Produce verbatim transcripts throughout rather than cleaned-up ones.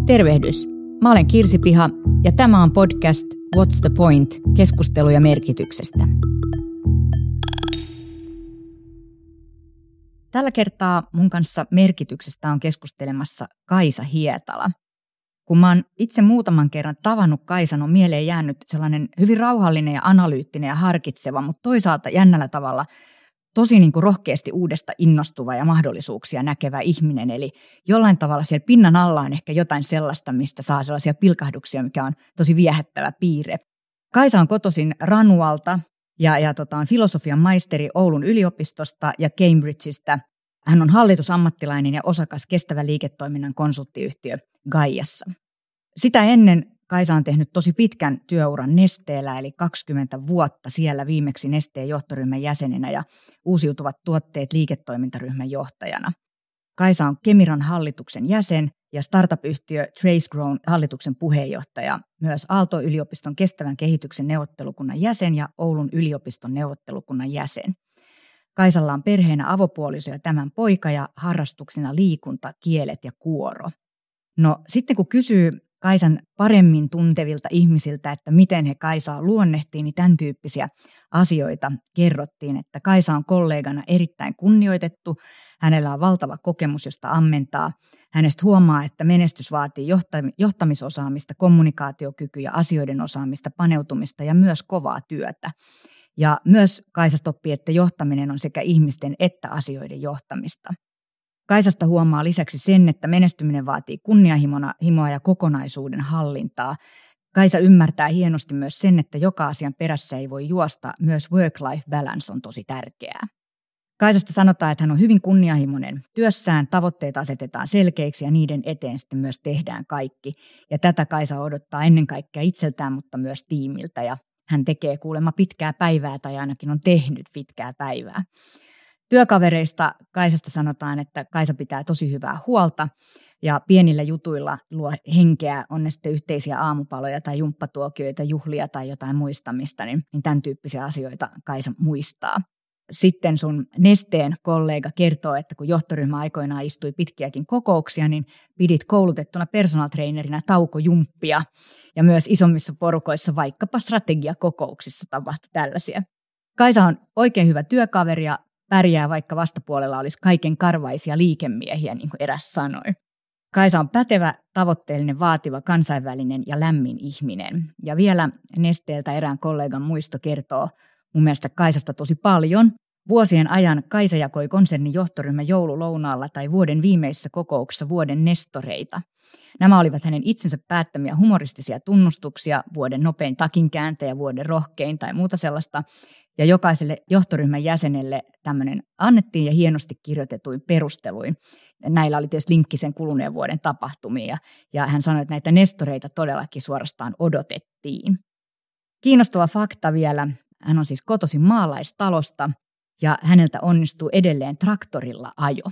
Tervehdys. Mä olen Kirsi Piha ja tämä on podcast What's the Point? Keskusteluja merkityksestä. Tällä kertaa mun kanssa merkityksestä on keskustelemassa Kaisa Hietala. Kun mä oon itse muutaman kerran tavannut Kaisan, on mieleen jäänyt sellainen hyvin rauhallinen ja analyyttinen ja harkitseva, mutta toisaalta jännällä tavalla tosi niin kuin rohkeasti uudesta innostuva ja mahdollisuuksia näkevä ihminen. Eli jollain tavalla siellä pinnan alla on ehkä jotain sellaista, mistä saa sellaisia pilkahduksia, mikä on tosi viehättävä piirre. Kaisa on kotoisin Ranualta ja, ja tota, on filosofian maisteri Oulun yliopistosta ja Cambridgeista. Hän on hallitusammattilainen ja osakas kestävän liiketoiminnan konsulttiyhtiö Gaiassa. Sitä ennen Kaisa on tehnyt tosi pitkän työuran Nesteellä, eli kaksikymmentä vuotta siellä viimeksi Nesteen johtoryhmän jäsenenä ja uusiutuvat tuotteet liiketoimintaryhmän johtajana. Kaisa on Kemiran hallituksen jäsen ja startup-yhtiö Tracegrown hallituksen puheenjohtaja, myös Aalto-yliopiston kestävän kehityksen neuvottelukunnan jäsen ja Oulun yliopiston neuvottelukunnan jäsen. Kaisalla on perheenä avopuoliso ja tämän poika ja harrastuksena liikunta, kielet ja kuoro. No sitten kun kysyy Kaisan paremmin tuntevilta ihmisiltä, että miten he Kaisaa luonnehtiin, niin tämän tyyppisiä asioita kerrottiin, että Kaisa on kollegana erittäin kunnioitettu, hänellä on valtava kokemus, josta ammentaa. Hänestä huomaa, että menestys vaatii johtamisosaamista, kommunikaatiokykyä, asioiden osaamista, paneutumista ja myös kovaa työtä. Ja myös Kaisasta oppii, että johtaminen on sekä ihmisten että asioiden johtamista. Kaisasta huomaa lisäksi sen, että menestyminen vaatii kunnianhimoa ja kokonaisuuden hallintaa. Kaisa ymmärtää hienosti myös sen, että joka asian perässä ei voi juosta. Myös work-life balance on tosi tärkeää. Kaisasta sanotaan, että hän on hyvin kunnianhimoinen työssään, tavoitteet asetetaan selkeiksi ja niiden eteen sitten myös tehdään kaikki. Ja tätä Kaisa odottaa ennen kaikkea itseltään, mutta myös tiimiltä. Ja hän tekee kuulemma pitkää päivää tai ainakin on tehnyt pitkää päivää. Työkavereista Kaisasta sanotaan, että Kaisa pitää tosi hyvää huolta ja pienillä jutuilla luo henkeä, on ne sitten yhteisiä aamupaloja tai jumppatuokioita, juhlia tai jotain muistamista, niin, niin tämän tyyppisiä asioita Kaisa muistaa. Sitten sun Nesteen kollega kertoo, että kun johtoryhmä aikoinaan istui pitkiäkin kokouksia, niin pidit koulutettuna personal trainerina taukojumppia ja myös isommissa porukoissa, vaikkapa strategiakokouksissa tapahtui tällaisia. Kaisa on oikein hyvä työkaveri ja pärjää, vaikka vastapuolella olisi kaiken karvaisia liikemiehiä, niin kuin eräs sanoi. Kaisa on pätevä, tavoitteellinen, vaativa, kansainvälinen ja lämmin ihminen. Ja vielä Nesteeltä erään kollegan muisto kertoo mun mielestä Kaisasta tosi paljon. Vuosien ajan Kaisa jakoi konsernin johtoryhmän joululounaalla tai vuoden viimeisissä kokouksissa vuoden nestoreita. Nämä olivat hänen itsensä päättämiä humoristisia tunnustuksia, vuoden nopein takinkääntäjä, vuoden rohkein tai muuta sellaista. Ja jokaiselle johtoryhmän jäsenelle tämmöinen annettiin ja hienosti kirjoitetuin perusteluin. Näillä oli tietysti linkki sen kuluneen vuoden tapahtumiin ja, ja hän sanoi, että näitä nestoreita todellakin suorastaan odotettiin. Kiinnostava fakta vielä, hän on siis kotoisin maalaistalosta ja häneltä onnistuu edelleen traktorilla ajo.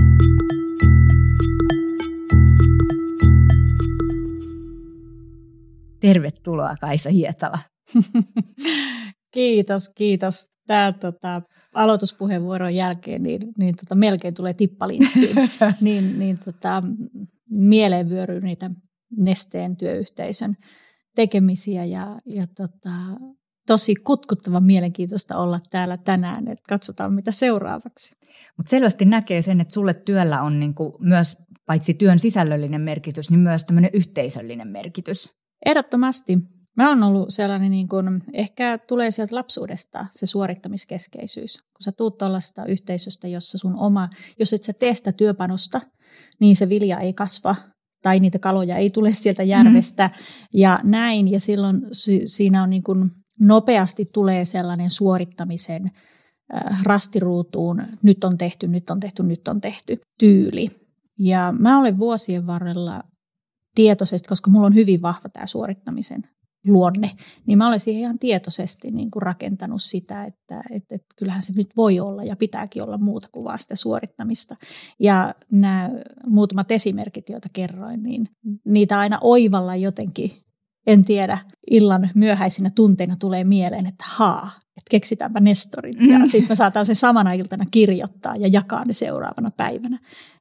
Tervetuloa Kaisa Hietala. Kiitos, kiitos. Tämä tota, aloituspuheenvuoron jälkeen niin, niin tota, melkein tulee tippalinssiin. niin, niin tota, mieleen vyöryy niitä Nesteen työyhteisön tekemisiä ja, ja tota, tosi kutkuttavan mielenkiintoista olla täällä tänään, että katsotaan mitä seuraavaksi. Mutta selvästi näkee sen, että sulle työllä on niinku myös paitsi työn sisällöllinen merkitys, niin myös tämmöinen yhteisöllinen merkitys. Ehdottomasti. Mä oon ollut sellainen, niin kun, ehkä tulee sieltä lapsuudesta se suorittamiskeskeisyys. Kun sä tuut tuollaisesta yhteisöstä, jossa sun oma, jos et sä tee sitä työpanosta, niin se vilja ei kasva tai niitä kaloja ei tule sieltä järvestä mm-hmm. ja näin. Ja silloin si- siinä on niin kun, nopeasti tulee sellainen suorittamisen äh, rastiruutuun, nyt on tehty, nyt on tehty, nyt on tehty tyyli. Ja mä olen vuosien varrella tietoisesti, koska mulla on hyvin vahva tämä suorittamisen luonne, niin mä olen siihen ihan tietoisesti niin kuin rakentanut sitä, että, että, että kyllähän se nyt voi olla ja pitääkin olla muuta kuin vaan sitä suorittamista. Ja nämä muutamat esimerkit, joita kerroin, niin niitä aina oivalla jotenkin, en tiedä, illan myöhäisinä tunteina tulee mieleen, että haa, että keksitäänpä nestorit. Ja sitten me saadaan se samana iltana kirjoittaa ja jakaa ne seuraavana päivänä.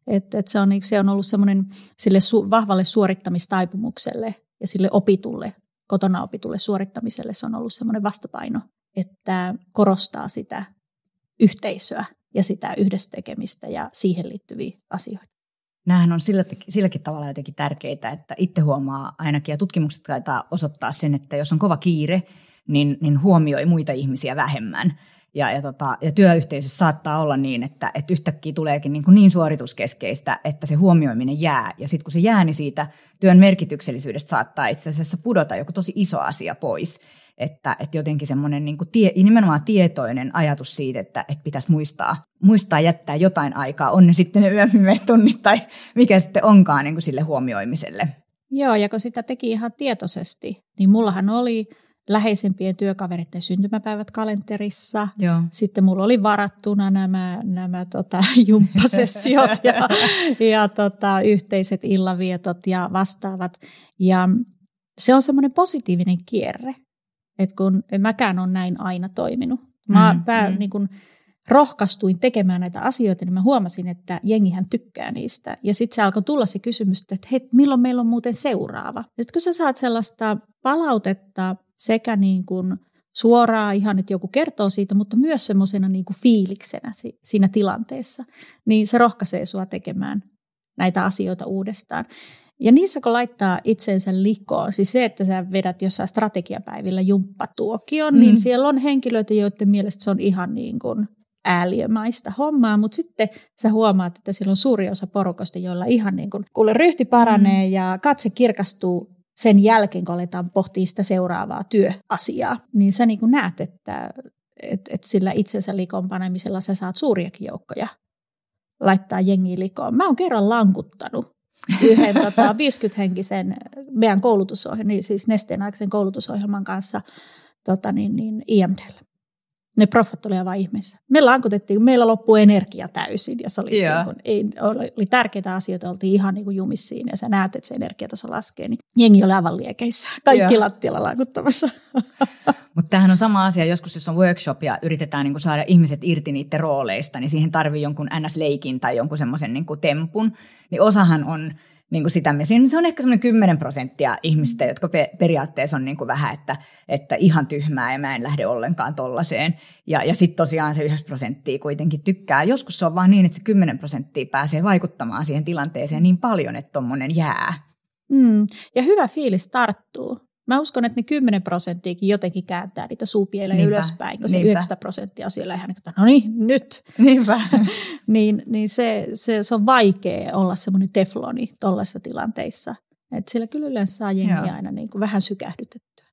Et, et se, on, se on ollut semmoinen sille su, vahvalle suorittamistaipumukselle ja sille opitulle, kotona opitulle suorittamiselle se on ollut semmoinen vastapaino, että korostaa sitä yhteisöä ja sitä yhdessä tekemistä ja siihen liittyviä asioita. Nämähän on sillä, silläkin tavalla jotenkin tärkeitä, että itse huomaa ainakin, ja tutkimukset taitaa osoittaa sen, että jos on kova kiire, niin, niin huomioi muita ihmisiä vähemmän. Ja, ja, tota, ja työyhteisössä saattaa olla niin, että, että yhtäkkiä tuleekin niin, kuin niin suorituskeskeistä, että se huomioiminen jää. Ja sitten kun se jää, niin siitä työn merkityksellisyydestä saattaa itse asiassa pudota joku tosi iso asia pois. Että, että jotenkin semmoinen niin kuin tie, nimenomaan tietoinen ajatus siitä, että, että pitäisi muistaa, muistaa jättää jotain aikaa, on ne sitten ne yöpimeät tunnit tai mikä sitten onkaan niin kuin sille huomioimiselle. Joo, ja kun sitä teki ihan tietoisesti, niin mullahan oli läheisempien työkavereiden syntymäpäivät kalenterissa. Joo. Sitten mulla oli varattuna nämä, nämä tota, jumppasessiot ja, ja tota, yhteiset illanvietot ja vastaavat. Ja se on semmoinen positiivinen kierre, että kun mäkään on näin aina toiminut. Mä mm, pää, mm. niin kun rohkaistuin tekemään näitä asioita, niin mä huomasin, että jengihän tykkää niistä. Ja sitten se alkoi tulla se kysymys, että hei, milloin meillä on muuten seuraava? Ja sitten kun sä saat sellaista palautetta sekä niin kuin suoraan ihan, että joku kertoo siitä, mutta myös semmoisena niin kuin fiiliksenä siinä tilanteessa, niin se rohkaisee sua tekemään näitä asioita uudestaan. Ja niissä kun laittaa itsensä likoon, siis se, että sä vedät jossain strategiapäivillä jumppatuokion, mm. niin siellä on henkilöitä, joiden mielestä se on ihan niin kuin ääliömaista hommaa, mutta sitten sä huomaat, että siellä on suuri osa porukosta, joilla ihan niin kuin, kuule ryhti paranee mm. ja katse kirkastuu sen jälkeen, kun aletaan pohtia sitä seuraavaa työasiaa, niin sä niin kuin näet, että et, et sillä itsensä likoon panemisella sä saat suuriakin joukkoja laittaa jengiä likoon. Mä oon kerran lankuttanut yhden tota, viisikymmentä-henkisen meidän koulutusohjelman, niin siis Nesteen aikaisen koulutusohjelman kanssa tota, niin, niin I M D:llä. Ne proffat oli aivan ihmeessä. Me lankutettiin, kun meillä loppui energia täysin ja se oli, niin kun, ei, oli, oli tärkeitä asioita, oltiin ihan niin kuin jumissa siinä ja sä näet, että se energiataso laskee, niin jengi oli aivan liekeissä. Kaikki lattialla lankuttamassa. Mutta tämähän on sama asia, joskus jos on workshop ja yritetään niin kuin saada ihmiset irti niiden rooleista, niin siihen tarvii jonkun N S-leikin tai jonkun semmoisen niin kuin tempun, niin osahan on niin kuin sitä, se on ehkä semmoinen kymmenen prosenttia ihmistä, jotka pe- periaatteessa on niin kuin vähän, että, että ihan tyhmää ja mä en lähde ollenkaan tollaiseen. Ja, ja sitten tosiaan se yhdeksän prosenttia kuitenkin tykkää. Joskus se on vaan niin, että se kymmenen prosenttia pääsee vaikuttamaan siihen tilanteeseen niin paljon, että tommonen jää. Mm, ja hyvä fiilis tarttuu. Mä uskon, että ne kymmenen prosenttiakin jotenkin kääntää niitä suupielejä ylöspäin, kun se yhdeksänkymmentä prosenttia on siellä ihan, että no niin, nyt. Niinpä. niin niin se, se, se on vaikea olla semmoinen tefloni tuollaisissa tilanteissa. Et sillä kyllä yleensä saa jengiä aina niin kuin vähän sykähdytettyä.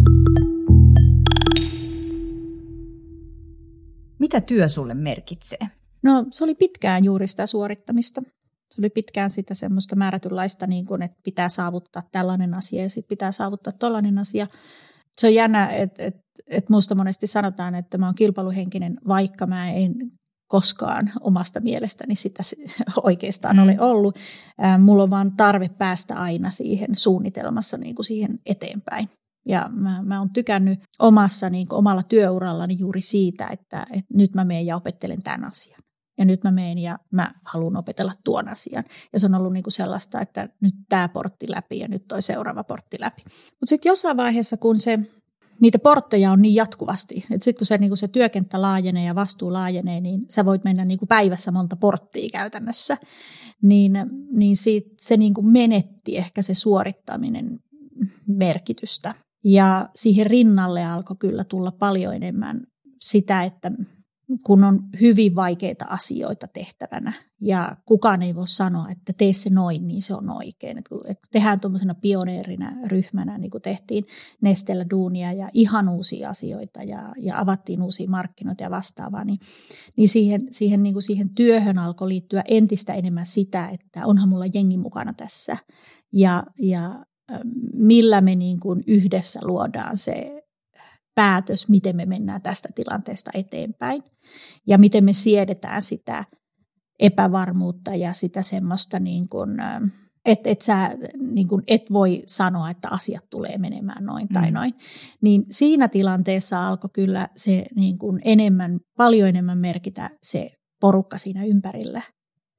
Mitä työ sulle merkitsee? No se oli pitkään juuri sitä suorittamista. Se oli pitkään sitä semmoista määrätynlaista, niin kuin, että pitää saavuttaa tällainen asia ja sitten pitää saavuttaa tollainen asia. Se on jännä, että, että, että musta monesti sanotaan, että mä oon kilpailuhenkinen, vaikka mä en koskaan omasta mielestäni sitä oikeastaan mm. ole ollut. Mulla on vaan tarve päästä aina siihen suunnitelmassa niin kuin siihen eteenpäin. Ja mä, mä oon tykännyt omassa, niin kuin omalla työurallani juuri siitä, että, että nyt mä menen ja opettelen tämän asian. Ja nyt mä menen ja mä haluan opetella tuon asian. Ja se on ollut niinku sellaista, että nyt tämä portti läpi ja nyt toi seuraava portti läpi. Mutta sitten jossain vaiheessa, kun se, niitä portteja on niin jatkuvasti, että sitten kun se, niinku se työkenttä laajenee ja vastuu laajenee, niin sä voit mennä niinku päivässä monta porttia käytännössä. Niin, niin siitä, se niinku menetti ehkä se suorittaminen merkitystä. Ja siihen rinnalle alkoi kyllä tulla paljon enemmän sitä, että kun on hyvin vaikeita asioita tehtävänä ja kukaan ei voi sanoa, että tee se noin, niin se on oikein. Että tehdään tuommoisena pioneerina ryhmänä, niin kuin tehtiin Nesteellä duunia ja ihan uusia asioita ja, ja avattiin uusia markkinoita ja vastaavaa, niin, niin, siihen, siihen, niin kuin siihen työhön alkoi liittyä entistä enemmän sitä, että onhan mulla jengi mukana tässä ja, ja millä me niin kuin yhdessä luodaan se päätös, miten me mennään tästä tilanteesta eteenpäin ja miten me siedetään sitä epävarmuutta ja sitä semmoista, niin kuin, että et sä niin kuin et voi sanoa, että asiat tulee menemään noin tai mm. noin. Niin siinä tilanteessa alkoi kyllä se niin kuin enemmän, paljon enemmän merkitä se porukka siinä ympärillä.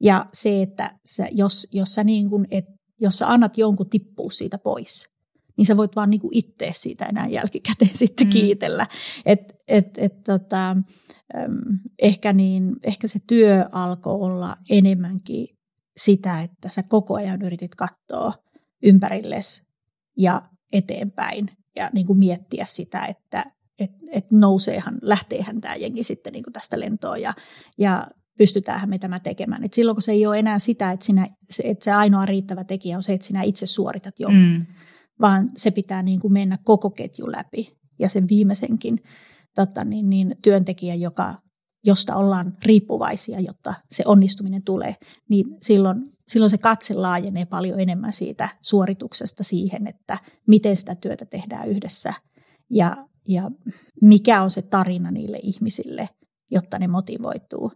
Ja se, että sä, jos, jos, sä niin kun, et, jos sä annat jonkun tippua siitä pois, niin sä voit vaan niin kuin itse siitä enää jälkikäteen sitten mm. kiitellä. Et, et, et, tota, ehkä, niin, ehkä se työ alkoi olla enemmänkin sitä, että sä koko ajan yritit katsoa ympärillesi ja eteenpäin ja niin kuin miettiä sitä, että et, et nouseehan, lähteehän tämä jengi sitten niin kuin tästä lentoon ja, ja pystytäänhän me tämä tekemään. Et silloin kun se ei ole enää sitä, että, sinä, että se ainoa riittävä tekijä on se, että sinä itse suoritat jonkun, mm. vaan se pitää niin kuin mennä koko ketju läpi ja sen viimeisenkin tota, niin, niin, työntekijä, joka, josta ollaan riippuvaisia, jotta se onnistuminen tulee, niin silloin, silloin se katse laajenee paljon enemmän siitä suorituksesta siihen, että miten sitä työtä tehdään yhdessä ja, ja mikä on se tarina niille ihmisille, jotta ne motivoituu.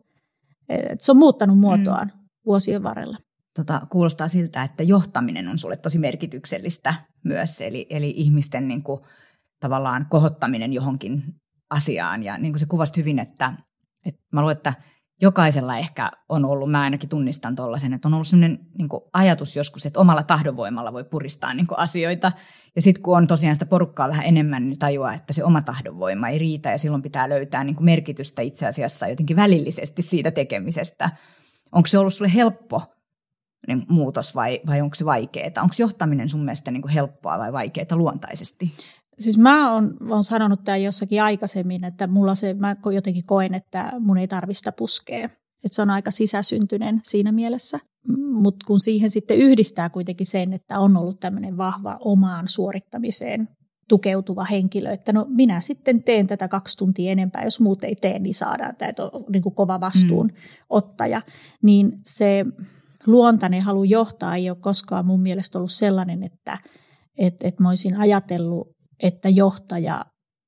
Et se on muuttanut muotoaan mm. vuosien varrella. Tota, kuulostaa siltä, että johtaminen on sulle tosi merkityksellistä myös, eli, eli ihmisten niin kuin, tavallaan kohottaminen johonkin asiaan. Ja niin kuin sä kuvasit hyvin, että, että mä luulen, että jokaisella ehkä on ollut, mä ainakin tunnistan tollaisen, että on ollut sellainen niin kuin ajatus joskus, että omalla tahdonvoimalla voi puristaa niin kuin asioita. Ja sitten kun on tosiaan sitä porukkaa vähän enemmän, niin tajuaa, että se oma tahdonvoima ei riitä ja silloin pitää löytää niin kuin merkitystä itse asiassa jotenkin välillisesti siitä tekemisestä. Onko se ollut sulle helppo niin muutos vai, vai onko se vaikeaa? Onko johtaminen sun mielestä niin kuin helppoa vai vaikeaa luontaisesti? Siis mä oon, oon sanonut tämän jossakin aikaisemmin, että mulla se, mä jotenkin koen, että mun ei tarvitse sitä puskea. Että se on aika sisäsyntyinen siinä mielessä. Mutta kun siihen sitten yhdistää kuitenkin sen, että on ollut tämmöinen vahva omaan suorittamiseen tukeutuva henkilö, että no minä sitten teen tätä kaksi tuntia enempää, jos muut ei tee, niin saadaan tämä niin kuin kova vastuunottaja. Mm. Niin se luontainen halu johtaa ei ole koskaan mun mielestä ollut sellainen, että et, et mä olisin ajatellut, että johtaja,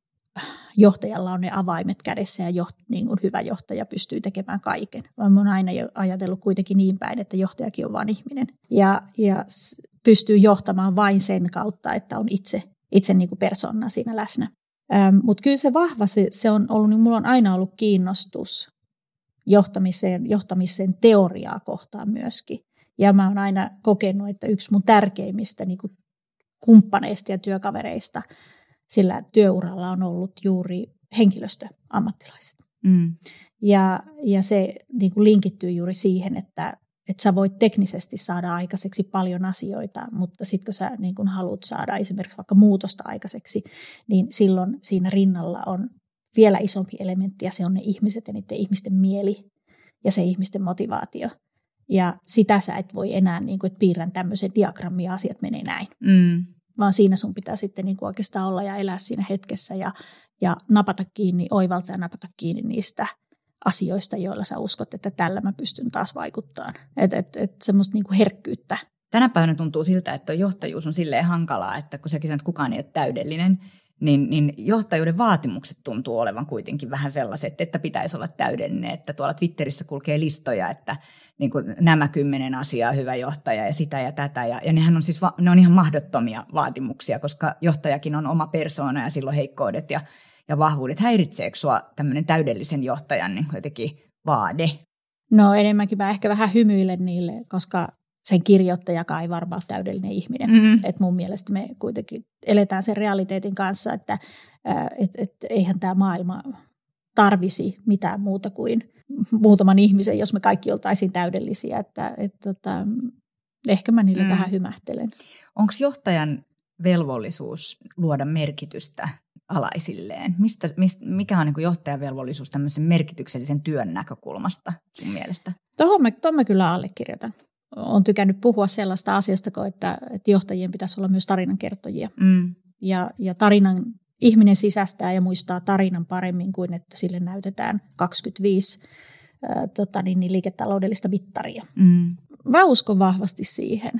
johtajalla on ne avaimet kädessä ja joht, niin kuin hyvä johtaja pystyy tekemään kaiken. Vaan mä oon aina ajatellut kuitenkin niin päin, että johtajakin on vain ihminen. Ja, ja pystyy johtamaan vain sen kautta, että on itse, itse niin kuin persona siinä läsnä. Ähm, Mutta kyllä se vahva, se, se on ollut, niin mulla on aina ollut kiinnostus johtamiseen, johtamiseen teoriaa kohtaan myöskin. Ja mä oon aina kokenut, että yksi mun tärkeimmistä niin kuin kumppaneista ja työkavereista sillä työuralla on ollut juuri henkilöstöammattilaiset. Mm. Ja, ja se niin kuin linkittyy juuri siihen, että, että sä voit teknisesti saada aikaiseksi paljon asioita, mutta sitten kun sä niin kuin haluat saada esimerkiksi vaikka muutosta aikaiseksi, niin silloin siinä rinnalla on vielä isompi elementti ja se on ne ihmiset ja niiden ihmisten mieli ja se ihmisten motivaatio. Ja sitä sä et voi enää, niin kuin, että piirrän tämmöisen diagrammin ja asiat menee näin. Mm. Vaan siinä sun pitää sitten niin kuin oikeastaan olla ja elää siinä hetkessä ja, ja napata kiinni, oivalta ja napata kiinni niistä asioista, joilla sä uskot, että tällä mä pystyn taas vaikuttamaan. Että et, et semmoista niin kuin herkkyyttä. Tänä päivänä tuntuu siltä, että johtajuus on silleen hankalaa, että kun säkin sanot, että kukaan ei ole täydellinen, Niin, niin johtajuuden vaatimukset tuntuu olevan kuitenkin vähän sellaiset, että pitäisi olla täydellinen, että tuolla Twitterissä kulkee listoja, että niin kuin nämä kymmenen asiaa hyvä johtaja ja sitä ja tätä. Ja, ja nehän on siis va- ne on ihan mahdottomia vaatimuksia, koska johtajakin on oma persoona ja silloin heikkoudet ja, ja vahvuudet. Häiritseekö sua tämmöinen täydellisen johtajan niin jotenkin vaade? No enemmänkin mä ehkä vähän hymyilen niille, koska sen kirjoittajakaan ei varmaan ole täydellinen ihminen. Mm-hmm. Et mun mielestä me kuitenkin eletään sen realiteetin kanssa, että et, et, eihän tämä maailma tarvisi mitään muuta kuin muutaman ihmisen, jos me kaikki oltaisiin täydellisiä. Että, et, tota, ehkä mä niille mm. vähän hymähtelen. Onko johtajan velvollisuus luoda merkitystä alaisilleen? Mistä, mistä, mikä on niin kuin johtajan velvollisuus tämmöisen merkityksellisen työn näkökulmasta sun mielestä? Tuohon mä, mä kyllä allekirjoitan. Olen tykännyt puhua sellaista asiasta, että, että johtajien pitäisi olla myös tarinankertojia. Mm. Ja, ja tarinan ihminen sisäistää ja muistaa tarinan paremmin kuin että sille näytetään kaksikymmentäviisi ää, tota niin, niin liiketaloudellista mittaria. Mm. Mä uskon vahvasti siihen,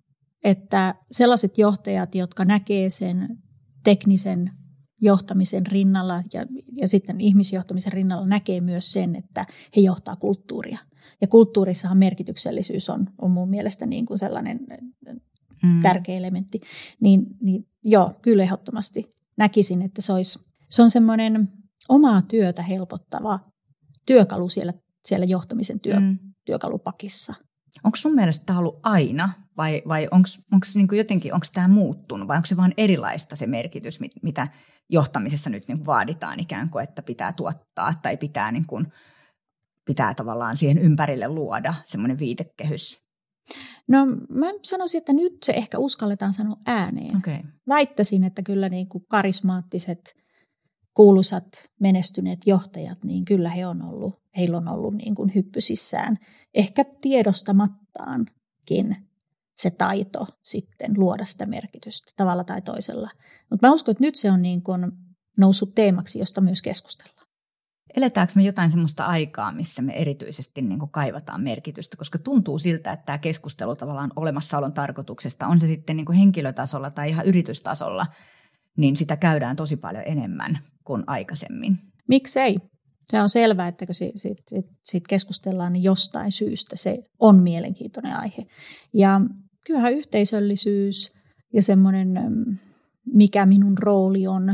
että sellaiset johtajat, jotka näkee sen teknisen johtamisen rinnalla ja, ja sitten ihmisjohtamisen rinnalla näkee myös sen, että he johtaa kulttuuria. Ja kulttuurissahan merkityksellisyys on, on mun mielestä niin kuin sellainen mm. tärkeä elementti. Niin, niin joo, kyllä ehdottomasti näkisin, että se, olisi, se on semmoinen omaa työtä helpottava työkalu siellä, siellä johtamisen työ, mm. työkalupakissa. Onko sun mielestä tämä ollut aina vai, vai onko niinku jotenkin, onko tämä muuttunut vai onko se vaan erilaista se merkitys, mitä johtamisessa nyt niinku vaaditaan ikään kuin, että pitää tuottaa tai pitää, niinku, pitää tavallaan siihen ympärille luoda semmoinen viitekehys? No mä sanoisin, että nyt se ehkä uskalletaan sanoa ääneen. Okay. Väittäisin, että kyllä niinku karismaattiset, kuuluisat, menestyneet johtajat, niin kyllä he on ollut, heillä on ollut niin kuin hyppysissään. Ehkä tiedostamattaankin se taito sitten luoda sitä merkitystä tavalla tai toisella. Mutta mä uskon, että nyt se on niin kuin noussut teemaksi, josta myös keskustellaan. Eletäänkö me jotain sellaista aikaa, missä me erityisesti niin kuin kaivataan merkitystä, koska tuntuu siltä, että tämä keskustelu tavallaan olemassaolon tarkoituksesta, on se sitten niin kuin henkilötasolla tai ihan yritystasolla, niin sitä käydään tosi paljon enemmän kuin aikaisemmin. Miksei? Se on selvää, että kun siitä, siitä, siitä keskustellaan, niin jostain syystä se on mielenkiintoinen aihe. Ja kyllähän yhteisöllisyys ja semmoinen, mikä minun rooli on,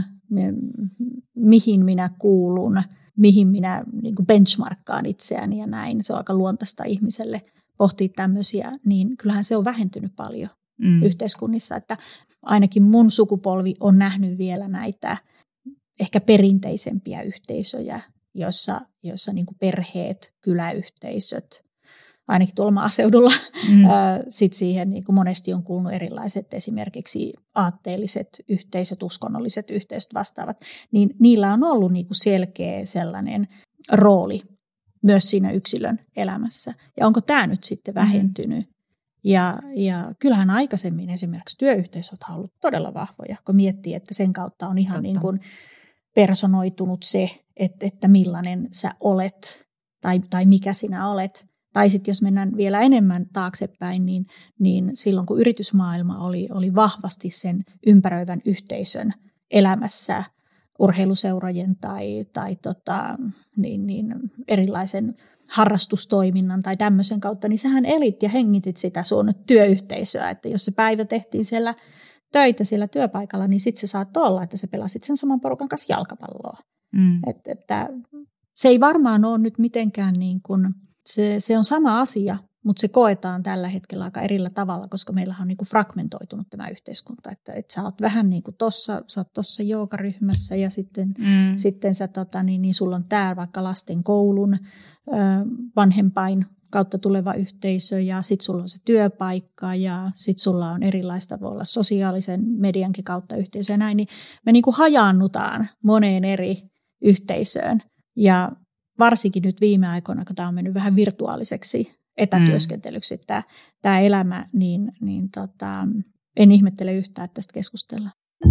mihin minä kuulun, mihin minä niin kuin benchmarkkaan itseäni ja näin. Se on aika luontaista ihmiselle pohtia tämmöisiä, niin kyllähän se on vähentynyt paljon mm. yhteiskunnissa. Että ainakin mun sukupolvi on nähnyt vielä näitä ehkä perinteisempiä yhteisöjä, joissa, joissa niin kuin perheet, kyläyhteisöt, ainakin tuolla maaseudulla, mm. sitten siihen niin kuin monesti on kuulunut erilaiset esimerkiksi aatteelliset yhteisöt, uskonnolliset yhteisöt vastaavat, niin niillä on ollut niin kuin selkeä sellainen rooli myös siinä yksilön elämässä. Ja onko tämä nyt sitten vähentynyt? Mm. Ja, ja kyllähän aikaisemmin esimerkiksi työyhteisöt on ollut todella vahvoja, kun miettii, että sen kautta on ihan niin kuin personoitunut se, että, että millainen sä olet tai, tai mikä sinä olet. Tai sitten jos mennään vielä enemmän taaksepäin, niin, niin silloin kun yritysmaailma oli, oli vahvasti sen ympäröivän yhteisön elämässä, urheiluseurojen tai, tai tota, niin, niin erilaisen harrastustoiminnan tai tämmöisen kautta, niin sähän elit ja hengitit sitä sun työyhteisöä, että jos se päivä tehtiin siellä töitä siellä työpaikalla, niin sitten se saattoi olla, että sä pelasit sen saman porukan kanssa jalkapalloa. Mm. Et, että se ei varmaan ole nyt mitenkään niin kuin, se, se on sama asia, mutta se koetaan tällä hetkellä aika erillä tavalla, koska meillähän on niin kuin fragmentoitunut tämä yhteiskunta, että, että sä oot vähän niin kuin tossa, sä oot tossa joogaryhmässä ja sitten, mm. sitten sä tota, niin, niin sulla on tää vaikka lasten koulun ö, vanhempain kautta tuleva yhteisö ja sitten sulla on se työpaikka ja sitten sulla on erilaista, voi olla sosiaalisen mediankin kautta yhteisö ja näin, niin me niin kuin hajaannutaan moneen eri yhteisöön ja varsinkin nyt viime aikoina, kun tämä on mennyt vähän virtuaaliseksi etätyöskentelyksi mm. tämä, tämä elämä, niin, niin tota, en ihmettele yhtään, että tästä keskustellaan.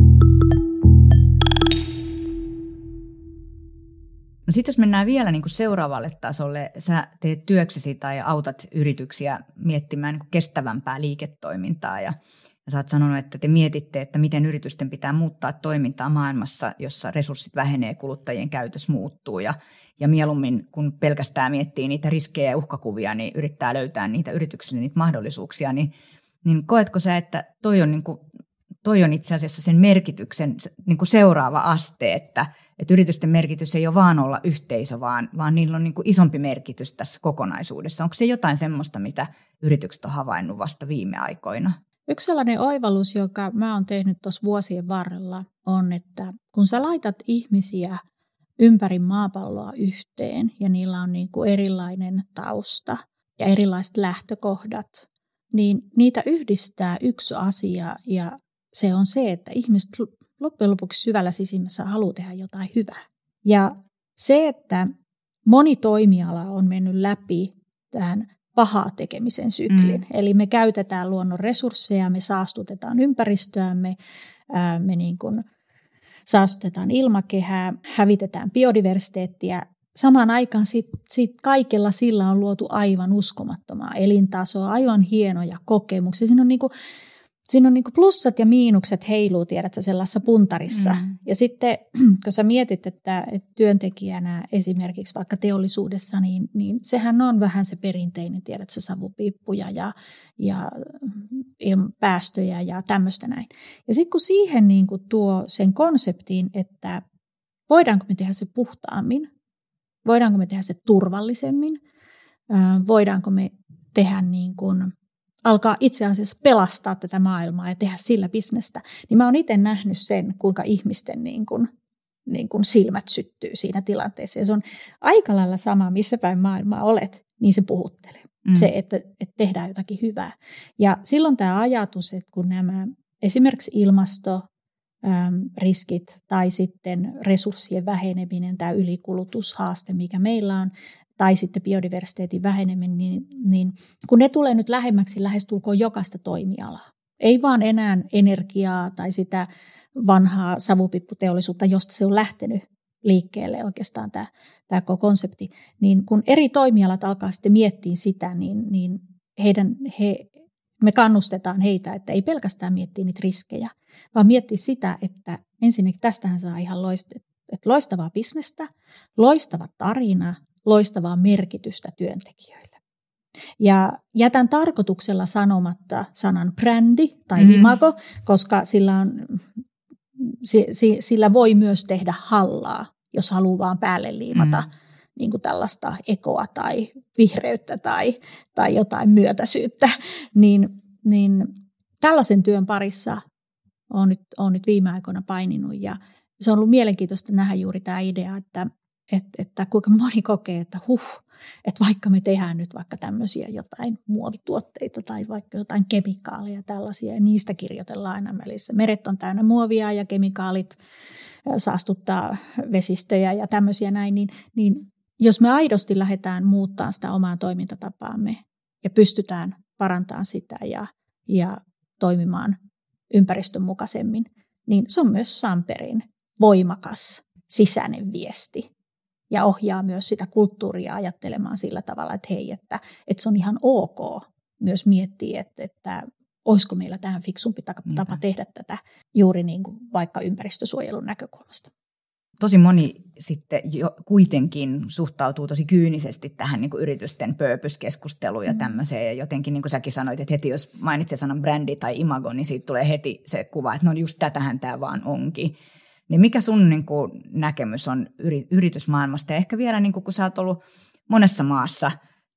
No sitten jos mennään vielä niin kuin seuraavalle tasolle, sä teet työksesi tai autat yrityksiä miettimään niin kuin kestävämpää liiketoimintaa ja, ja sä oot sanonut, että te mietitte, että miten yritysten pitää muuttaa toimintaa maailmassa, jossa resurssit vähenee, kuluttajien käytös muuttuu ja, ja mieluummin kun pelkästään miettii niitä riskejä ja uhkakuvia, niin yrittää löytää niitä yrityksille niitä mahdollisuuksia, niin, niin koetko sä, että toi on niin kuin Toi on itse asiassa sen merkityksen niin kuin seuraava aste, että, että yritysten merkitys ei ole vaan olla yhteisö, vaan, vaan niillä on niin kuin isompi merkitys tässä kokonaisuudessa. Onko se jotain semmoista, mitä yritykset on havainnut vasta viime aikoina? Yksi sellainen oivallus, joka mä oon tehnyt tuossa vuosien varrella, on, että kun sä laitat ihmisiä ympäri maapalloa yhteen ja niillä on niin kuin erilainen tausta ja erilaiset lähtökohdat, niin niitä yhdistää yksi asia ja se on se, että ihmiset loppujen lopuksi syvällä sisimmässä haluaa tehdä jotain hyvää. Ja se, että moni toimiala on mennyt läpi tämän pahaa tekemisen syklin. Mm. Eli me käytetään luonnon resursseja, me saastutetaan ympäristöämme, me niin kuin saastutetaan ilmakehää, hävitetään biodiversiteettiä. Samaan aikaan sit, sit kaikella sillä on luotu aivan uskomattomaa elintasoa, aivan hienoja kokemuksia. Siinä on niinku Siinä on niin kuin plussat ja miinukset heiluu, tiedätkö, sellaisessa puntarissa. Mm. Ja sitten, kun sä mietit, että, että työntekijänä esimerkiksi vaikka teollisuudessa, niin, niin sehän on vähän se perinteinen, tiedätkö, savupiippuja ja, ja päästöjä ja tämmöistä näin. Ja sitten kun siihen niin kuin tuo sen konseptiin, että voidaanko me tehdä se puhtaammin, voidaanko me tehdä se turvallisemmin, voidaanko me tehdä niin kuin, alkaa itse asiassa pelastaa tätä maailmaa ja tehdä sillä bisnestä, niin mä oon itse nähnyt sen, kuinka ihmisten niin kuin, niin kuin silmät syttyy siinä tilanteessa. Ja se on aika lailla sama, missä päin maailmaa olet, niin se puhuttelee. Mm. Se, että, että tehdään jotakin hyvää. Ja silloin tämä ajatus, että kun nämä esimerkiksi ilmastoriskit tai sitten resurssien väheneminen, tämä ylikulutushaaste, mikä meillä on, tai sitten biodiversiteetin väheneminen, niin, niin kun ne tulee nyt lähemmäksi lähestulkoon jokaista toimialaa. Ei vaan enää energiaa tai sitä vanhaa savupipputeollisuutta, josta se on lähtenyt liikkeelle oikeastaan tämä, tämä koko konsepti. Niin kun eri toimialat alkaa sitten miettiä sitä, niin, niin heidän, he, me kannustetaan heitä, että ei pelkästään miettiä niitä riskejä, vaan miettiä sitä, että ensinnäkin tästähän saa ihan loistavaa bisnestä, loistava tarina, loistavaa merkitystä työntekijöille. Ja jätän tarkoituksella sanomatta sanan brändi tai mm. imago, koska sillä, on, sillä voi myös tehdä hallaa, jos haluaa vaan päälle liimata mm. niin kuin tällaista ekoa tai vihreyttä tai, tai jotain myötäisyyttä. Niin, niin tällaisen työn parissa olen nyt, olen nyt viime aikoina paininut ja se on ollut mielenkiintoista nähdä juuri tämä idea, että Että, että kuinka moni kokee, että huh, että vaikka me tehdään nyt vaikka tämmöisiä jotain muovituotteita tai vaikka jotain kemikaaleja tällaisia, ja niistä kirjoitellaan aina välissä. Meret on täynnä muovia ja kemikaalit saastuttaa vesistöjä ja tämmöisiä näin, niin, niin jos me aidosti lähdetään muuttaa sitä omaa toimintatapaamme ja pystytään parantamaan sitä ja, ja toimimaan ympäristön mukaisemmin, niin se on myös Samperin voimakas sisäinen viesti. Ja ohjaa myös sitä kulttuuria ajattelemaan sillä tavalla, että hei, että, että se on ihan ok myös miettiä, että, että olisiko meillä tähän fiksumpi tapa Niinpä. tehdä tätä juuri niin kuin vaikka ympäristösuojelun näkökulmasta. Tosi moni sitten jo kuitenkin suhtautuu tosi kyynisesti tähän niin kuin yritysten purpose-keskusteluun ja mm. tämmöiseen. Ja jotenkin niin kuin säkin sanoit, että heti jos mainitset sanan brändi tai imago, niin siitä tulee heti se kuva, että no just tätähän tämä vaan onkin. Niin mikä sun niin kuin, näkemys on yritysmaailmasta? Ja ehkä vielä, niin kuin, kun sä oot ollut monessa maassa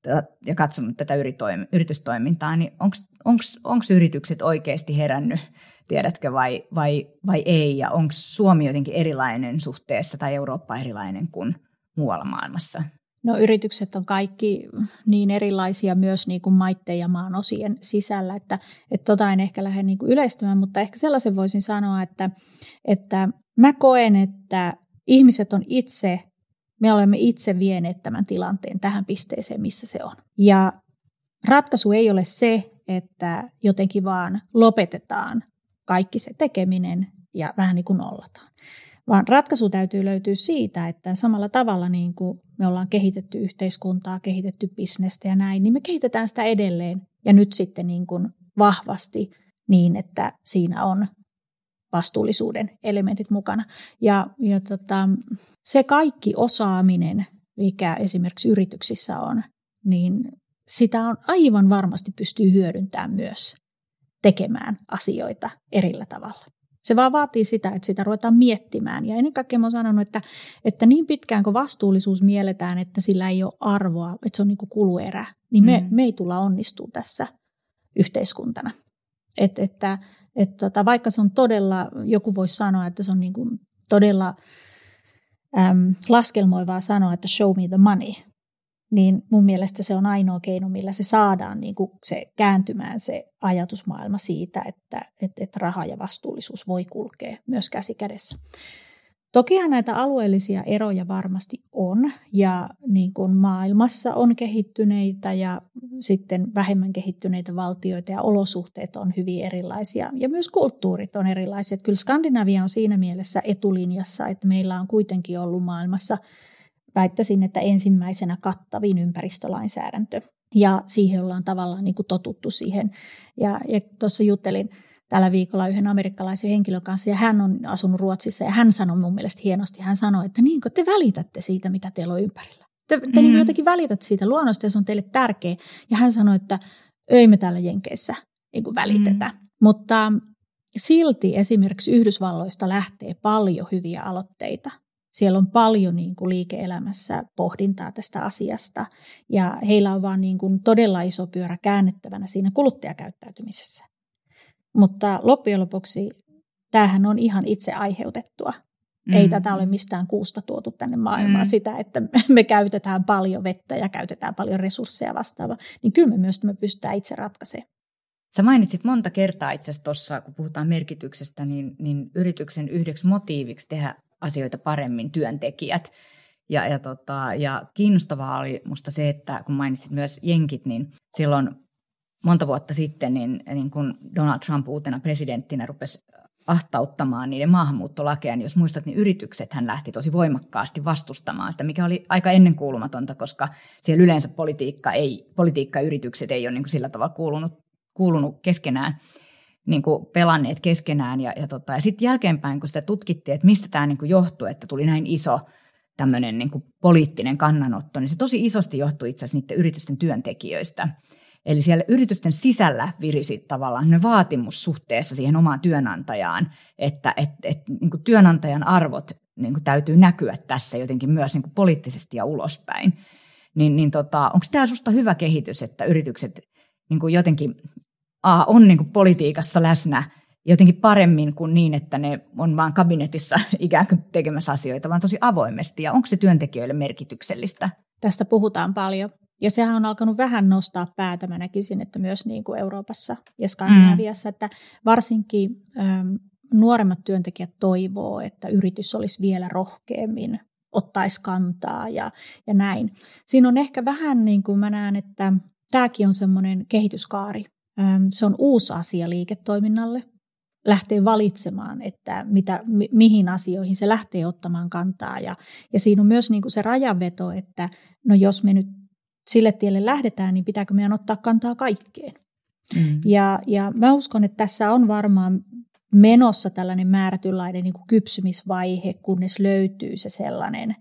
ja katsonut tätä yritystoimintaa, niin onko yritykset oikeasti herännyt, tiedätkö, vai, vai, vai ei? Ja onko Suomi jotenkin erilainen suhteessa tai Eurooppa erilainen kuin muualla maailmassa? No yritykset on kaikki niin erilaisia myös niin kuin maitteen ja maan osien sisällä, että, että tota en ehkä lähde niin kuin yleistämään, mutta ehkä sellaisen voisin sanoa, että, että mä koen, että ihmiset on itse, me olemme itse vieneet tämän tilanteen tähän pisteeseen, missä se on. Ja ratkaisu ei ole se, että jotenkin vaan lopetetaan kaikki se tekeminen ja vähän niin kuin nollataan. Vaan ratkaisu täytyy löytyä siitä, että samalla tavalla niin kuin me ollaan kehitetty yhteiskuntaa, kehitetty bisnestä ja näin, niin me kehitetään sitä edelleen ja nyt sitten niin kuin vahvasti niin, että siinä on vastuullisuuden elementit mukana. Ja, ja tota, se kaikki osaaminen, mikä esimerkiksi yrityksissä on, niin sitä on aivan varmasti pystyy hyödyntämään myös tekemään asioita erillä tavalla. Se vaan vaatii sitä, että sitä ruvetaan miettimään. Ja ennen kaikkea mä oon sanonut, että, että niin pitkään kun vastuullisuus mielletään, että sillä ei ole arvoa, että se on niin kuin kuluerä, niin me, mm. me ei tulla onnistua tässä yhteiskuntana. Et, että, et tota, vaikka se on todella, joku voisi sanoa, että se on niin kuin todella äm, laskelmoivaa sanoa, että show me the money, niin mun mielestä se on ainoa keino, millä se saadaan niin kuin se kääntymään se ajatusmaailma siitä, että, että, että raha ja vastuullisuus voi kulkea myös käsi kädessä. Tokihan näitä alueellisia eroja varmasti on ja niin kuin maailmassa on kehittyneitä ja sitten vähemmän kehittyneitä valtioita ja olosuhteet on hyvin erilaisia ja myös kulttuurit on erilaisia. Kyllä Skandinavia on siinä mielessä etulinjassa, että meillä on kuitenkin ollut maailmassa väittäisin, että ensimmäisenä kattavin ympäristölainsäädäntö ja siihen ollaan tavallaan niin kuin totuttu siihen. Ja, ja tuossa juttelin tällä viikolla yhden amerikkalaisen henkilön kanssa ja hän on asunut Ruotsissa ja hän sanoi mun mielestä hienosti, hän sanoi, että niin kuin te välitätte siitä, mitä teillä on ympärillä. Te, te mm-hmm. niin kuin jotenkin välitätte siitä luonnosta ja se on teille tärkeä. Ja hän sanoi, että ei me täällä Jenkeissä niin kuin välitetä. Mm-hmm. Mutta silti esimerkiksi Yhdysvalloista lähtee paljon hyviä aloitteita Siellä on paljon niin kuin liike-elämässä pohdintaa tästä asiasta ja heillä on vaan niin kuin todella iso pyörä käännettävänä siinä kuluttajakäyttäytymisessä. Mutta loppujen lopuksi tämähän on ihan itse aiheutettua. Mm. Ei tätä ole mistään kuusta tuotu tänne maailmaan mm. sitä, että me käytetään paljon vettä ja käytetään paljon resursseja vastaavaa. Niin kyllä me myös me pystytään itse ratkaisemaan. Sä mainitsit monta kertaa itse asiassa tuossa, kun puhutaan merkityksestä, niin, niin yrityksen yhdeksi motiiviksi tehdä asioita paremmin työntekijät. Ja, ja, tota, ja kiinnostavaa oli musta se, että kun mainitsit myös jenkit, niin silloin monta vuotta sitten, niin, niin kun Donald Trump uutena presidenttinä rupesi ahtauttamaan niiden maahanmuuttolakeja, niin jos muistat, niin yritykset hän lähti tosi voimakkaasti vastustamaan sitä, mikä oli aika ennenkuulumatonta, koska siellä yleensä politiikka, ei, politiikka ja yritykset ei ole niin kuin sillä tavalla kuulunut, kuulunut keskenään, niin kuin pelanneet keskenään. Ja, ja, tota, ja sitten jälkeenpäin, kun sitä tutkittiin, että mistä tämä niin kuin johtui, että tuli näin iso tämmöinen niin kuin poliittinen kannanotto, niin se tosi isosti johtui itse asiassa niiden yritysten työntekijöistä. Eli siellä yritysten sisällä virisi tavallaan ne vaatimus suhteessa siihen omaan työnantajaan, että et, et, niin kuin työnantajan arvot niin kuin täytyy näkyä tässä jotenkin myös niin kuin poliittisesti ja ulospäin. Niin, niin tota, onko tämä susta hyvä kehitys, että yritykset niin kuin jotenkin a, on niin kuin politiikassa läsnä jotenkin paremmin kuin niin, että ne on vaan kabinetissa ikään kuin tekemässä asioita, vaan tosi avoimesti. Ja onko se työntekijöille merkityksellistä? Tästä puhutaan paljon. Ja sehän on alkanut vähän nostaa päätä, mä näkisin, että myös niin kuin Euroopassa ja Skandinaviassa, mm. että varsinkin äm, nuoremmat työntekijät toivoo, että yritys olisi vielä rohkeammin, ottaisi kantaa ja, ja näin. Siinä on ehkä vähän niin kuin mä näen, että tämäkin on semmoinen kehityskaari. Äm, se on uusi asia liiketoiminnalle. Lähtee valitsemaan, että mitä, mi, mihin asioihin se lähtee ottamaan kantaa. Ja, ja siinä on myös niin kuin se rajanveto, että no jos me nyt sille tielle lähdetään, niin pitääkö meidän ottaa kantaa kaikkeen. Mm. Ja, ja mä uskon, että tässä on varmaan menossa tällainen määrätynlainen niin kuin kypsymisvaihe, kunnes löytyy se sellainen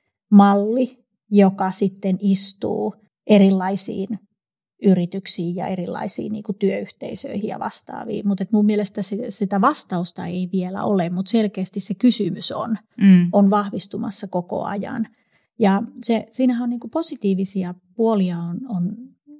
malli, joka sitten istuu erilaisiin yrityksiin ja erilaisiin niin kuin työyhteisöihin ja vastaaviin. Mutta mun mielestä se, sitä vastausta ei vielä ole, mutta selkeästi se kysymys on, mm. on vahvistumassa koko ajan. Ja se, siinähän on niin kuin positiivisia puolia on, on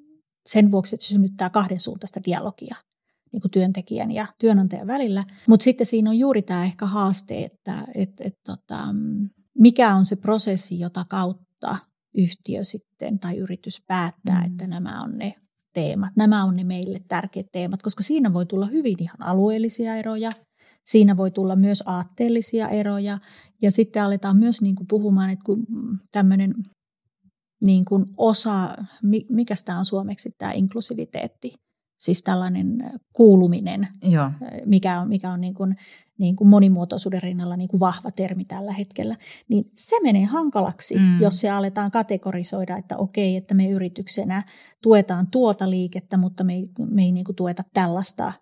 sen vuoksi, että se synnyttää kahdensuuntaista dialogia niin kuin työntekijän ja työnantajan välillä. Mutta sitten siinä on juuri tämä ehkä haaste, että et, et, tota, mikä on se prosessi, jota kautta yhtiö sitten tai yritys päättää, mm. että nämä on ne teemat. Nämä on ne meille tärkeät teemat, koska siinä voi tulla hyvin ihan alueellisia eroja. Siinä voi tulla myös aatteellisia eroja ja sitten aletaan myös niin kuin puhumaan, että kun tämmöinen niin kuin osa, mikä tämä on suomeksi tämä inklusiviteetti, siis tällainen kuuluminen, Joo. mikä on, mikä on niin kuin, niin kuin monimuotoisuuden rinnalla niin kuin vahva termi tällä hetkellä, niin se menee hankalaksi, mm. jos se aletaan kategorisoida, että okei, että me yrityksenä tuetaan tuota liikettä, mutta me ei, me ei niin kuin tueta tällaista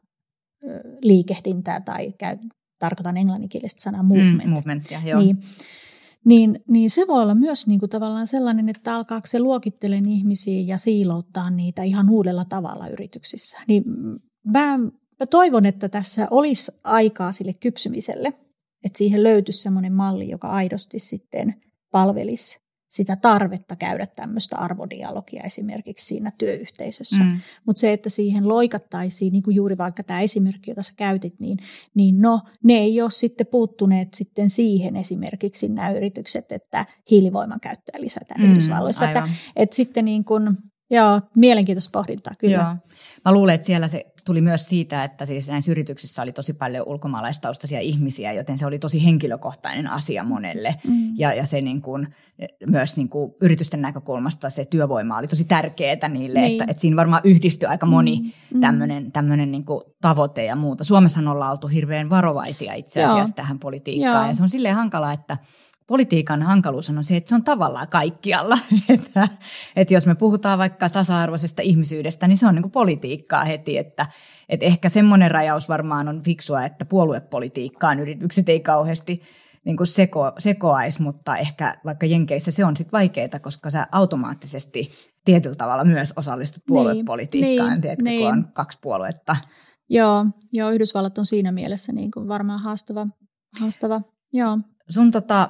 liikehdintää tai käy, tarkoitan englanninkielistä sanaa movement. Mm, movementia, joo. Niin, niin, niin se voi olla myös niin kuin tavallaan sellainen, että alkaako se luokittelemaan ihmisiä ja siilouttaa niitä ihan uudella tavalla yrityksissä. Niin mä, mä toivon, että tässä olisi aikaa sille kypsymiselle, että siihen löytyisi sellainen malli, joka aidosti sitten palvelisi sitä tarvetta käydä tämmöistä arvodialogia esimerkiksi siinä työyhteisössä. Mm. Mutta se, että siihen loikattaisiin, niin kuin juuri vaikka tämä esimerkki, jota sä käytit, niin, niin no, ne ei ole sitten puuttuneet sitten siihen esimerkiksi nämä yritykset, että hiilivoiman käyttöä lisätään mm, Yhdysvalloissa. Että, että sitten niin kuin, joo, mielenkiintoista pohdintaa kyllä. Joo. Mä luulen, että siellä se tuli myös siitä, että siis näissä yrityksissä oli tosi paljon ulkomaalaistaustaisia ihmisiä, joten se oli tosi henkilökohtainen asia monelle. Mm. Ja, ja se niin kuin, myös niin kuin yritysten näkökulmasta se työvoima oli tosi tärkeää niille, niin. että, että siinä varmaan yhdistyi aika moni mm. tämmöinen, tämmöinen niin kuin tavoite ja muuta. Suomessahan ollaan oltu hirveän varovaisia itse asiassa Joo. tähän politiikkaan Joo. ja se on silleen hankalaa, että politiikan hankaluus on se, että se on tavallaan kaikkialla. että, että jos me puhutaan vaikka tasa-arvoisesta ihmisyydestä, niin se on niin kuin politiikkaa heti. Että, että ehkä semmoinen rajaus varmaan on fiksua, että puoluepolitiikkaan yritykset ei kauheasti niin kuin seko, sekoaisi, mutta ehkä vaikka Jenkeissä se on sitten vaikeaa, koska sä automaattisesti tietyllä tavalla myös osallistut puoluepolitiikkaan, niin, tiedätkö, niin. kun on kaksi puoluetta. Joo, joo, Yhdysvallat on siinä mielessä niin kuin varmaan haastava. haastava. Joo. Sun tota...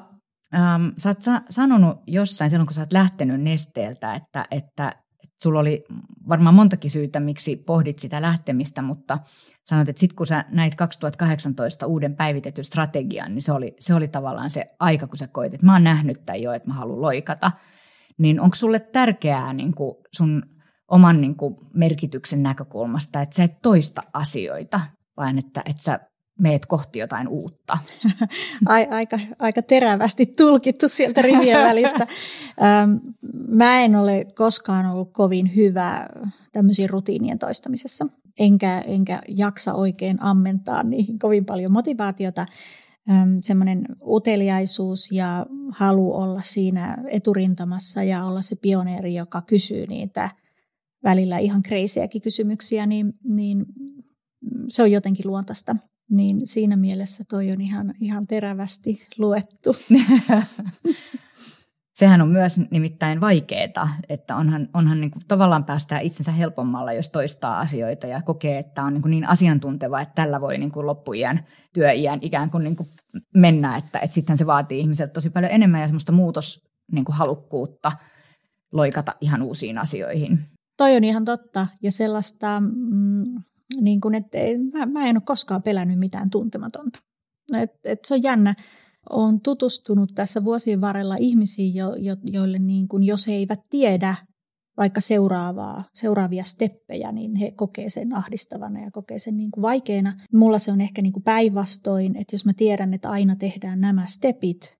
Ähm, sä oot sa- sanonut jossain silloin, kun sä oot lähtenyt Nesteeltä, että, että, että sulla oli varmaan montakin syytä, miksi pohdit sitä lähtemistä, mutta sanoit, että sitten kun sä näit kaksituhattakahdeksantoista uuden päivitetyn strategian, niin se oli, se oli tavallaan se aika, kun sä koit, että mä oon nähnyt tämän jo, että mä haluan loikata. Niin onko sulle tärkeää niin kuin sun oman niin kuin merkityksen näkökulmasta, että sä et toista asioita, vaan että, että sä meet kohti jotain uutta? Aika, aika terävästi tulkittu sieltä rivien välistä. Mä en ole koskaan ollut kovin hyvä tämmöisiin rutiinien toistamisessa, enkä, enkä jaksa oikein ammentaa niihin kovin paljon motivaatiota. Semmoinen uteliaisuus ja halu olla siinä eturintamassa ja olla se pioneeri, joka kysyy niitä välillä ihan kreisiäkin kysymyksiä, niin, niin se on jotenkin luontaista. Niin siinä mielessä toi on ihan, ihan terävästi luettu. Sehän on myös nimittäin vaikeaa, että onhan, onhan niin kuin tavallaan päästää itsensä helpommalla, jos toistaa asioita ja kokee, että on niin, kuin niin asiantunteva, että tällä voi niin kuin loppuiän, työiän ikään kuin, niin kuin mennä, että, että sittenhän se vaatii ihmiseltä tosi paljon enemmän ja semmoista muutoshalukkuutta loikata ihan uusiin asioihin. Toi on ihan totta ja sellaista, mm, niin kuin, että mä, mä en ole koskaan pelännyt mitään tuntematonta. Et, et se on jännä. Olen tutustunut tässä vuosien varrella ihmisiin, jo, jo, joille niin kuin, jos he eivät tiedä vaikka seuraavaa, seuraavia steppejä, niin he kokee sen ahdistavana ja kokee sen niin kuin vaikeana. Mulla se on ehkä niin kuin päinvastoin, että jos mä tiedän, että aina tehdään nämä stepit,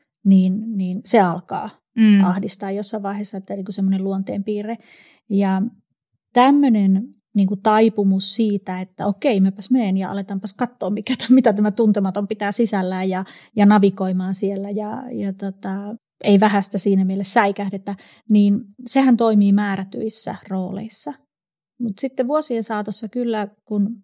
niin, niin se alkaa mm. ahdistaa jossain vaiheessa, että niin kuin semmoinen luonteenpiirre. Ja tämmöinen niin kuin taipumus siitä, että okei, mäpäs menen ja aletaanpas katsoa, mikä, mitä tämä tuntematon pitää sisällään ja, ja navigoimaan siellä ja, ja tota, ei vähästä siinä mielessä säikähdetä, niin sehän toimii määrätyissä rooleissa. Mutta sitten vuosien saatossa kyllä, kun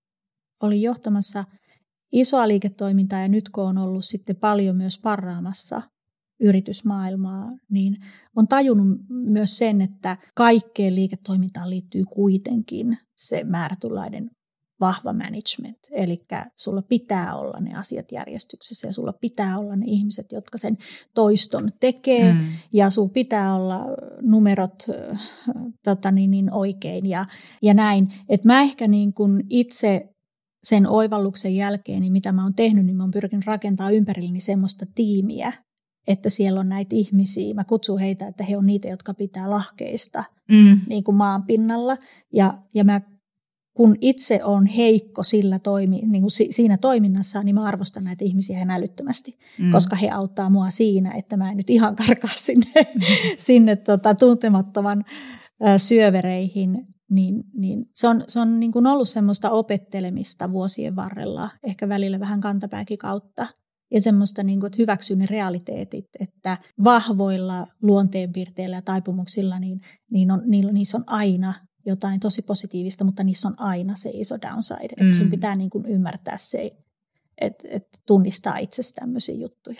olin johtamassa isoa liiketoimintaa ja nyt kun on ollut sitten paljon myös parraamassa yritysmaailmaa, niin on tajunnut myös sen, että kaikkeen liiketoimintaan liittyy kuitenkin se määrätynlainen vahva management. Eli sulla pitää olla ne asiat järjestyksessä ja sulla pitää olla ne ihmiset, jotka sen toiston tekee mm. ja sulla pitää olla numerot äh, tota niin, niin oikein ja, ja näin. Et mä ehkä niin kun itse sen oivalluksen jälkeen, niin mitä mä oon tehnyt, niin mä oon pyrkinyt rakentamaan ympärilleni semmoista tiimiä, että siellä on näitä ihmisiä. Mä kutsun heitä, että he on niitä, jotka pitää lahkeista mm. niin kuin maan pinnalla. Ja, ja mä, kun itse on heikko sillä toimi, niin kuin si, siinä toiminnassa, niin mä arvostan näitä ihmisiä ihan älyttömästi, mm. koska he auttaa mua siinä, että mä en nyt ihan karkaa sinne, mm. sinne tota, tuntemattoman ä, syövereihin. Niin, niin se on, se on niin kuin ollut semmoista opettelemista vuosien varrella, ehkä välillä vähän kantapääkin kautta. Ja semmoista, niin kuin, että hyväksyy ne realiteetit, että vahvoilla luonteenpiirteillä ja taipumuksilla, niin, niin on, niissä on aina jotain tosi positiivista, mutta niissä on aina se iso downside. Mm. Että sun pitää niin kuin ymmärtää se, että, että tunnistaa itsesi tämmöisiä juttuja.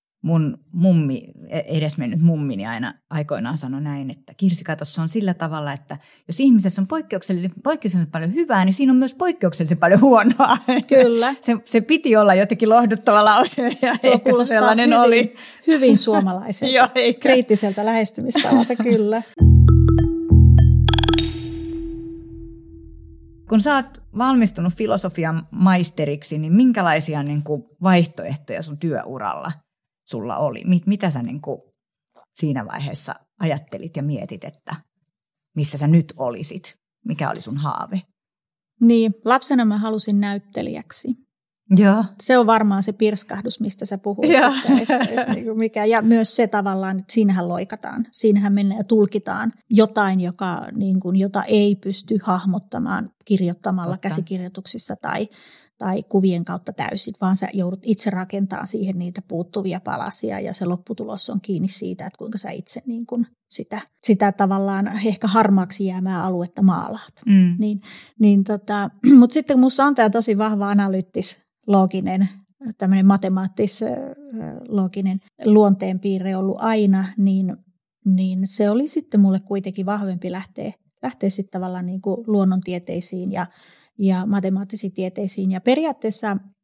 Mun mummi, edesmennyt mummini aina aikoinaan sanoi näin, että Kirsi, katossa on sillä tavalla, että jos ihmisessä on poikkeuksellisen, poikkeuksellisen paljon hyvää, niin siinä on myös poikkeuksellisen paljon huonoa. Kyllä. Se, se piti olla jotenkin lohduttava lause ja tuo ehkä sellainen hyvin, oli. Hyvin suomalaiselta, Joo, kriittiseltä lähestymistavalta, kyllä. Kun sä oot valmistunut filosofian maisteriksi, niin minkälaisia niin kuin vaihtoehtoja sun työuralla sulla oli? Mitä sä niin kuin siinä vaiheessa ajattelit ja mietit, että missä sä nyt olisit? Mikä oli sun haave? Niin, lapsena mä halusin näyttelijäksi. Joo. Se on varmaan se pirskahdus, mistä sä puhuit. Että, että, että, että mikä, ja myös se tavallaan, että siinähän loikataan. Siinähän mennään ja tulkitaan jotain, joka, niin kuin, jota ei pysty hahmottamaan kirjoittamalla Totta. käsikirjoituksissa tai tai kuvien kautta täysin, vaan sä joudut itse rakentamaan siihen niitä puuttuvia palasia ja se lopputulos on kiinni siitä, että kuinka sä itse niin kun sitä, sitä tavallaan ehkä harmaaksi jäämää aluetta maalaat. Mm. Niin, niin tota, mutta sitten kun musta on tämä tosi vahva analyyttis-looginen, tämmöinen matemaattis-looginen luonteenpiirre ollut aina, niin, niin se oli sitten mulle kuitenkin vahvempi lähteä, lähteä sitten tavallaan niin kuin luonnontieteisiin ja ja matemaattisiin tieteisiin. Ja periaatteessa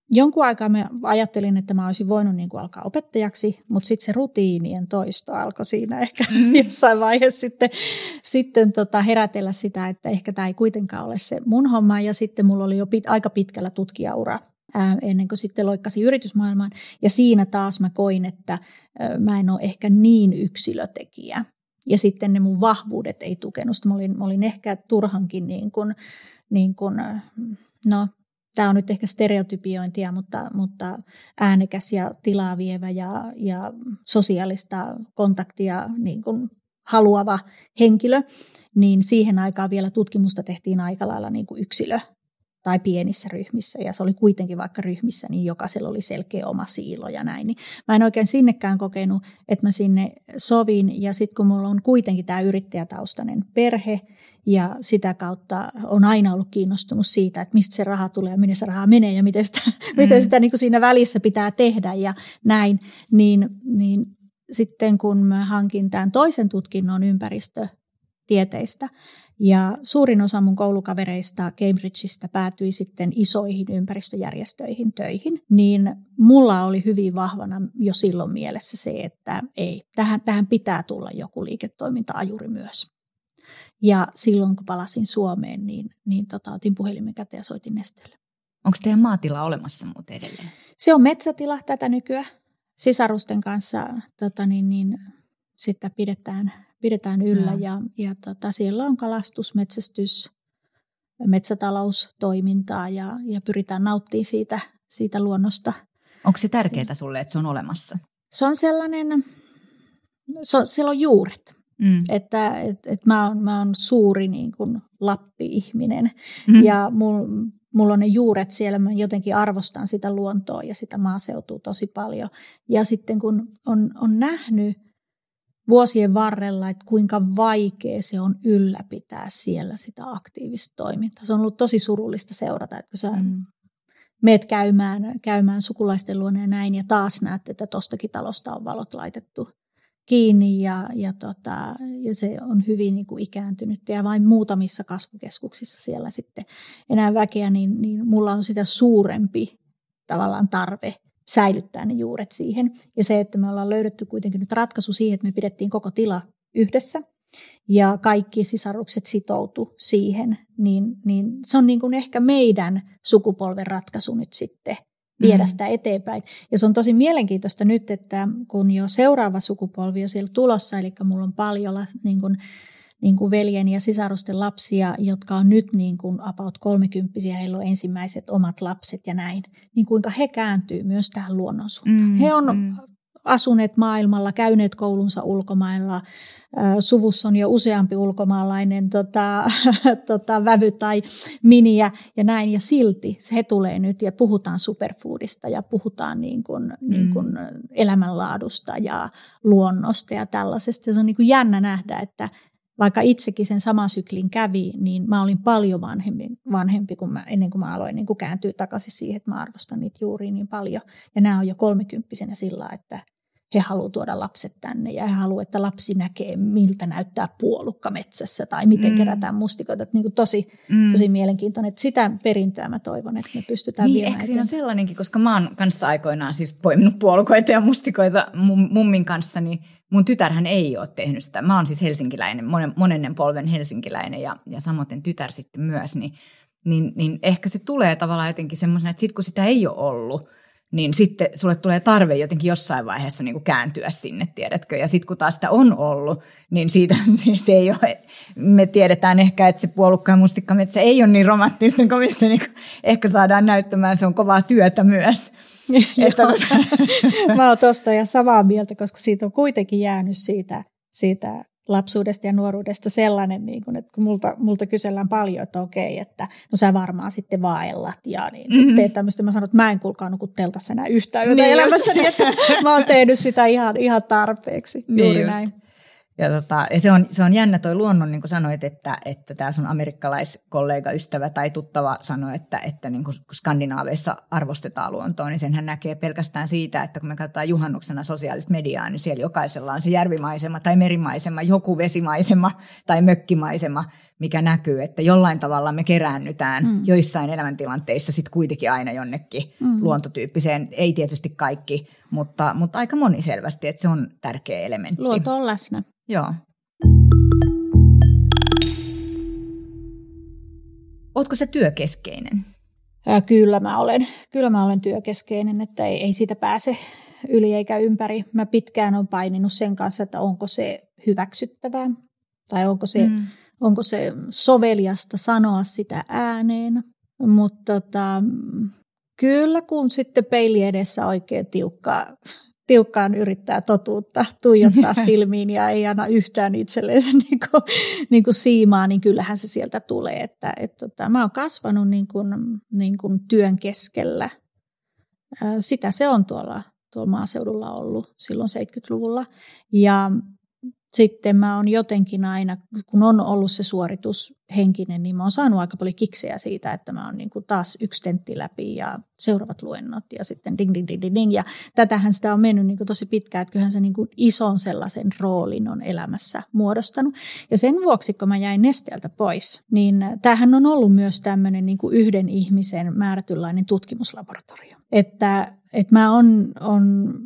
jonkun aikaa mä ajattelin, että mä olisin voinut niin kuin alkaa opettajaksi, mutta sitten se rutiinien toisto alkoi siinä ehkä mm. jossain vaiheessa sitten, sitten tota herätellä sitä, että ehkä tämä ei kuitenkaan ole se mun homma. Ja sitten mulla oli jo pit, aika pitkällä tutkijaura ää, ennen kuin sitten loikkasin yritysmaailmaan. Ja siinä taas mä koin, että ää, mä en ole ehkä niin yksilötekijä. Ja sitten ne mun vahvuudet ei tukenut. Mä olin, mä olin ehkä turhankin niin kuin, niin kuin, no... Tämä on nyt ehkä stereotypiointia, mutta, mutta äänekäs ja tilaa vievä ja, ja sosiaalista kontaktia niin kuin haluava henkilö, niin siihen aikaan vielä tutkimusta tehtiin aika lailla niin kuin yksilö tai pienissä ryhmissä. Ja se oli kuitenkin vaikka ryhmissä, niin jokaisella oli selkeä oma siilo ja näin. Niin mä en oikein sinnekään kokenut, että mä sinne sovin. Ja sitten kun mulla on kuitenkin tämä yrittäjätaustainen perhe, ja sitä kautta on aina ollut kiinnostunut siitä, että mistä se raha tulee ja minne se raha menee ja miten sitä, mm. miten sitä niin kuin siinä välissä pitää tehdä ja näin. Niin, niin sitten kun mä hankin tämän toisen tutkinnon ympäristötieteistä ja suurin osa mun koulukavereista Cambridgeista päätyi sitten isoihin ympäristöjärjestöihin töihin, niin mulla oli hyvin vahvana jo silloin mielessä se, että ei, tähän, tähän pitää tulla joku liiketoiminta-ajuri myös. Ja silloin, kun palasin Suomeen, niin, niin tota, otin puhelimen käteen ja soitin Nesteelle. Onko teidän maatila olemassa muuten edelleen? Se on metsätila tätä nykyään. Sisarusten kanssa tota, niin, niin, sitä pidetään, pidetään yllä. No. Ja, ja tota, siellä on kalastus, metsästys, metsätaloustoimintaa ja, ja pyritään nauttimaan siitä, siitä luonnosta. Onko se tärkeää sulle, että se on olemassa? Se on sellainen, se on, siellä on juuret. Mm. Että et, et mä, oon, mä oon suuri niin kuin Lappi-ihminen mm. ja mulla mul on ne juuret siellä, mä jotenkin arvostan sitä luontoa ja sitä maaseutua tosi paljon. Ja sitten kun on, on nähnyt vuosien varrella, että kuinka vaikea se on ylläpitää siellä sitä aktiivista toimintaa. Se on ollut tosi surullista seurata, että kun sä mm. meet käymään, käymään sukulaisten luona ja näin ja taas näet, että tostakin talosta on valot laitettu kiinni ja, ja, tota, ja se on hyvin niin kuin ikääntynyt ja vain muutamissa kasvukeskuksissa siellä sitten enää väkeä, niin, niin mulla on sitä suurempi tavallaan tarve säilyttää ne juuret siihen. Ja se, että me ollaan löydetty kuitenkin nyt ratkaisu siihen, että me pidettiin koko tila yhdessä ja kaikki sisarukset sitoutu siihen, niin, niin se on niin kuin ehkä meidän sukupolven ratkaisu nyt sitten viedä sitä eteenpäin. Ja se on tosi mielenkiintoista nyt, että kun jo seuraava sukupolvi on siellä tulossa, eli mulla on paljon niin kuin, niin kuin veljen ja sisarusten lapsia, jotka on nyt niin kuin about kolmekymppisiä, heillä on ensimmäiset omat lapset ja näin, niin kuinka he kääntyy myös tähän luonnon suuntaan. Mm, he on mm. asuneet maailmalla, käyneet koulunsa ulkomailla, suvussa on jo useampi ulkomaalainen tota, tota, vävy tai miniä ja näin. Ja silti se he tulee nyt ja puhutaan superfoodista ja puhutaan niin kuin, mm. niin kuin elämänlaadusta ja luonnosta ja tällaisesta. Ja se on niin kuin jännä nähdä, että vaikka itsekin sen saman syklin kävi, niin mä olin paljon vanhempi, vanhempi kun mä, ennen kuin mä aloin niin kuin kääntyä takaisin siihen, että mä arvostan niitä juuria niin paljon. Ja nämä on jo kolmekymppisenä sillä, että he haluavat tuoda lapset tänne ja he haluavat, että lapsi näkee, miltä näyttää puolukka metsässä tai miten mm. kerätään mustikoita. Että niin kuin tosi, mm. tosi mielenkiintoinen. Että sitä perintöä mä toivon, että me pystytään niin, viemään. Ehkä siinä on sellainenkin, koska mä oon kanssa aikoinaan siis poiminut puolukoita ja mustikoita mummin kanssa, niin mun tytärhän ei ole tehnyt sitä. Mä oon siis helsinkiläinen, monen, monennen polven helsinkiläinen ja, ja samoin tytär sitten myös. Niin, niin, niin ehkä se tulee tavallaan jotenkin semmoisena, että sitten kun sitä ei ole ollut, niin sitten sulle tulee tarve jotenkin jossain vaiheessa niin kuin kääntyä sinne, tiedätkö? Ja sitten kun taas sitä on ollut, niin siitä se ei ole, me tiedetään ehkä, että se puolukka ja mustikkametsä ei ole niin romanttista, kun se niin ehkä saadaan näyttämään, se on kovaa työtä myös. Että mä oon tosta ja samaa mieltä, koska siitä on kuitenkin jäänyt siitä, siitä lapsuudesta ja nuoruudesta sellainen, niin kun, että kun multa, multa kysellään paljon, että okei, että no sä varmaan sitten vaellat ja niin, mm-hmm. teet tämmöistä. Mä sanon, että mä en kuulkaa nuku teltassa enää yhtään yötä niin elämässäni, että mä oon tehnyt sitä ihan, ihan tarpeeksi. Juuri niin näin. Ja, tota, ja se, on, se on jännä toi luonnon, niin kuin sanoit, että, että tämä sun amerikkalaiskollega, ystävä tai tuttava sanoi, että, että niin kuin Skandinaaveissa arvostetaan luontoa, niin senhän näkee pelkästään siitä, että kun me katsotaan juhannuksena sosiaalista mediaa, niin siellä jokaisella on se järvimaisema tai merimaisema, joku vesimaisema tai mökkimaisema, mikä näkyy, että jollain tavalla me keräännytään mm. joissain elämäntilanteissa sitten kuitenkin aina jonnekin mm. luontotyyppiseen. Ei tietysti kaikki, mutta, mutta aika moni selvästi, että se on tärkeä elementti. Luonto on läsnä. Joo. Ootko se työkeskeinen? Ja kyllä mä olen. Kyllä mä olen työkeskeinen, että ei, ei siitä pääse yli eikä ympäri. Mä pitkään olen paininut sen kanssa, että onko se hyväksyttävää tai onko se, mm. onko se soveliasta sanoa sitä ääneen. Mutta tota, kyllä kun sitten peili edessä oikein tiukkaa, tiukkaan yrittää totuutta tuijottaa silmiin ja ei anna yhtään itselleen niin kuin, niin kuin siimaa, niin kyllähän se sieltä tulee. Että, et, tota, mä oon kasvanut niin kuin, niin kuin työn keskellä. Sitä se on tuolla, tuolla maaseudulla ollut silloin seitsemänkymmentäluvulla. Ja sitten mä oon jotenkin aina, kun on ollut se suoritushenkinen, niin mä oon saanut aika paljon kiksejä siitä, että mä oon niin kuin taas yksi tentti läpi ja seuraavat luennot ja sitten ding, ding, ding, ding, ding. Ja tätähän sitä on mennyt niin kuin tosi pitkään, että kyllähän se niin kuin ison sellaisen roolin on elämässä muodostanut. Ja sen vuoksi, kun mä jäin Nesteeltä pois, niin tämähän on ollut myös tämmöinen niin kuin yhden ihmisen määrätynlainen tutkimuslaboratorio. Että, että mä oon, on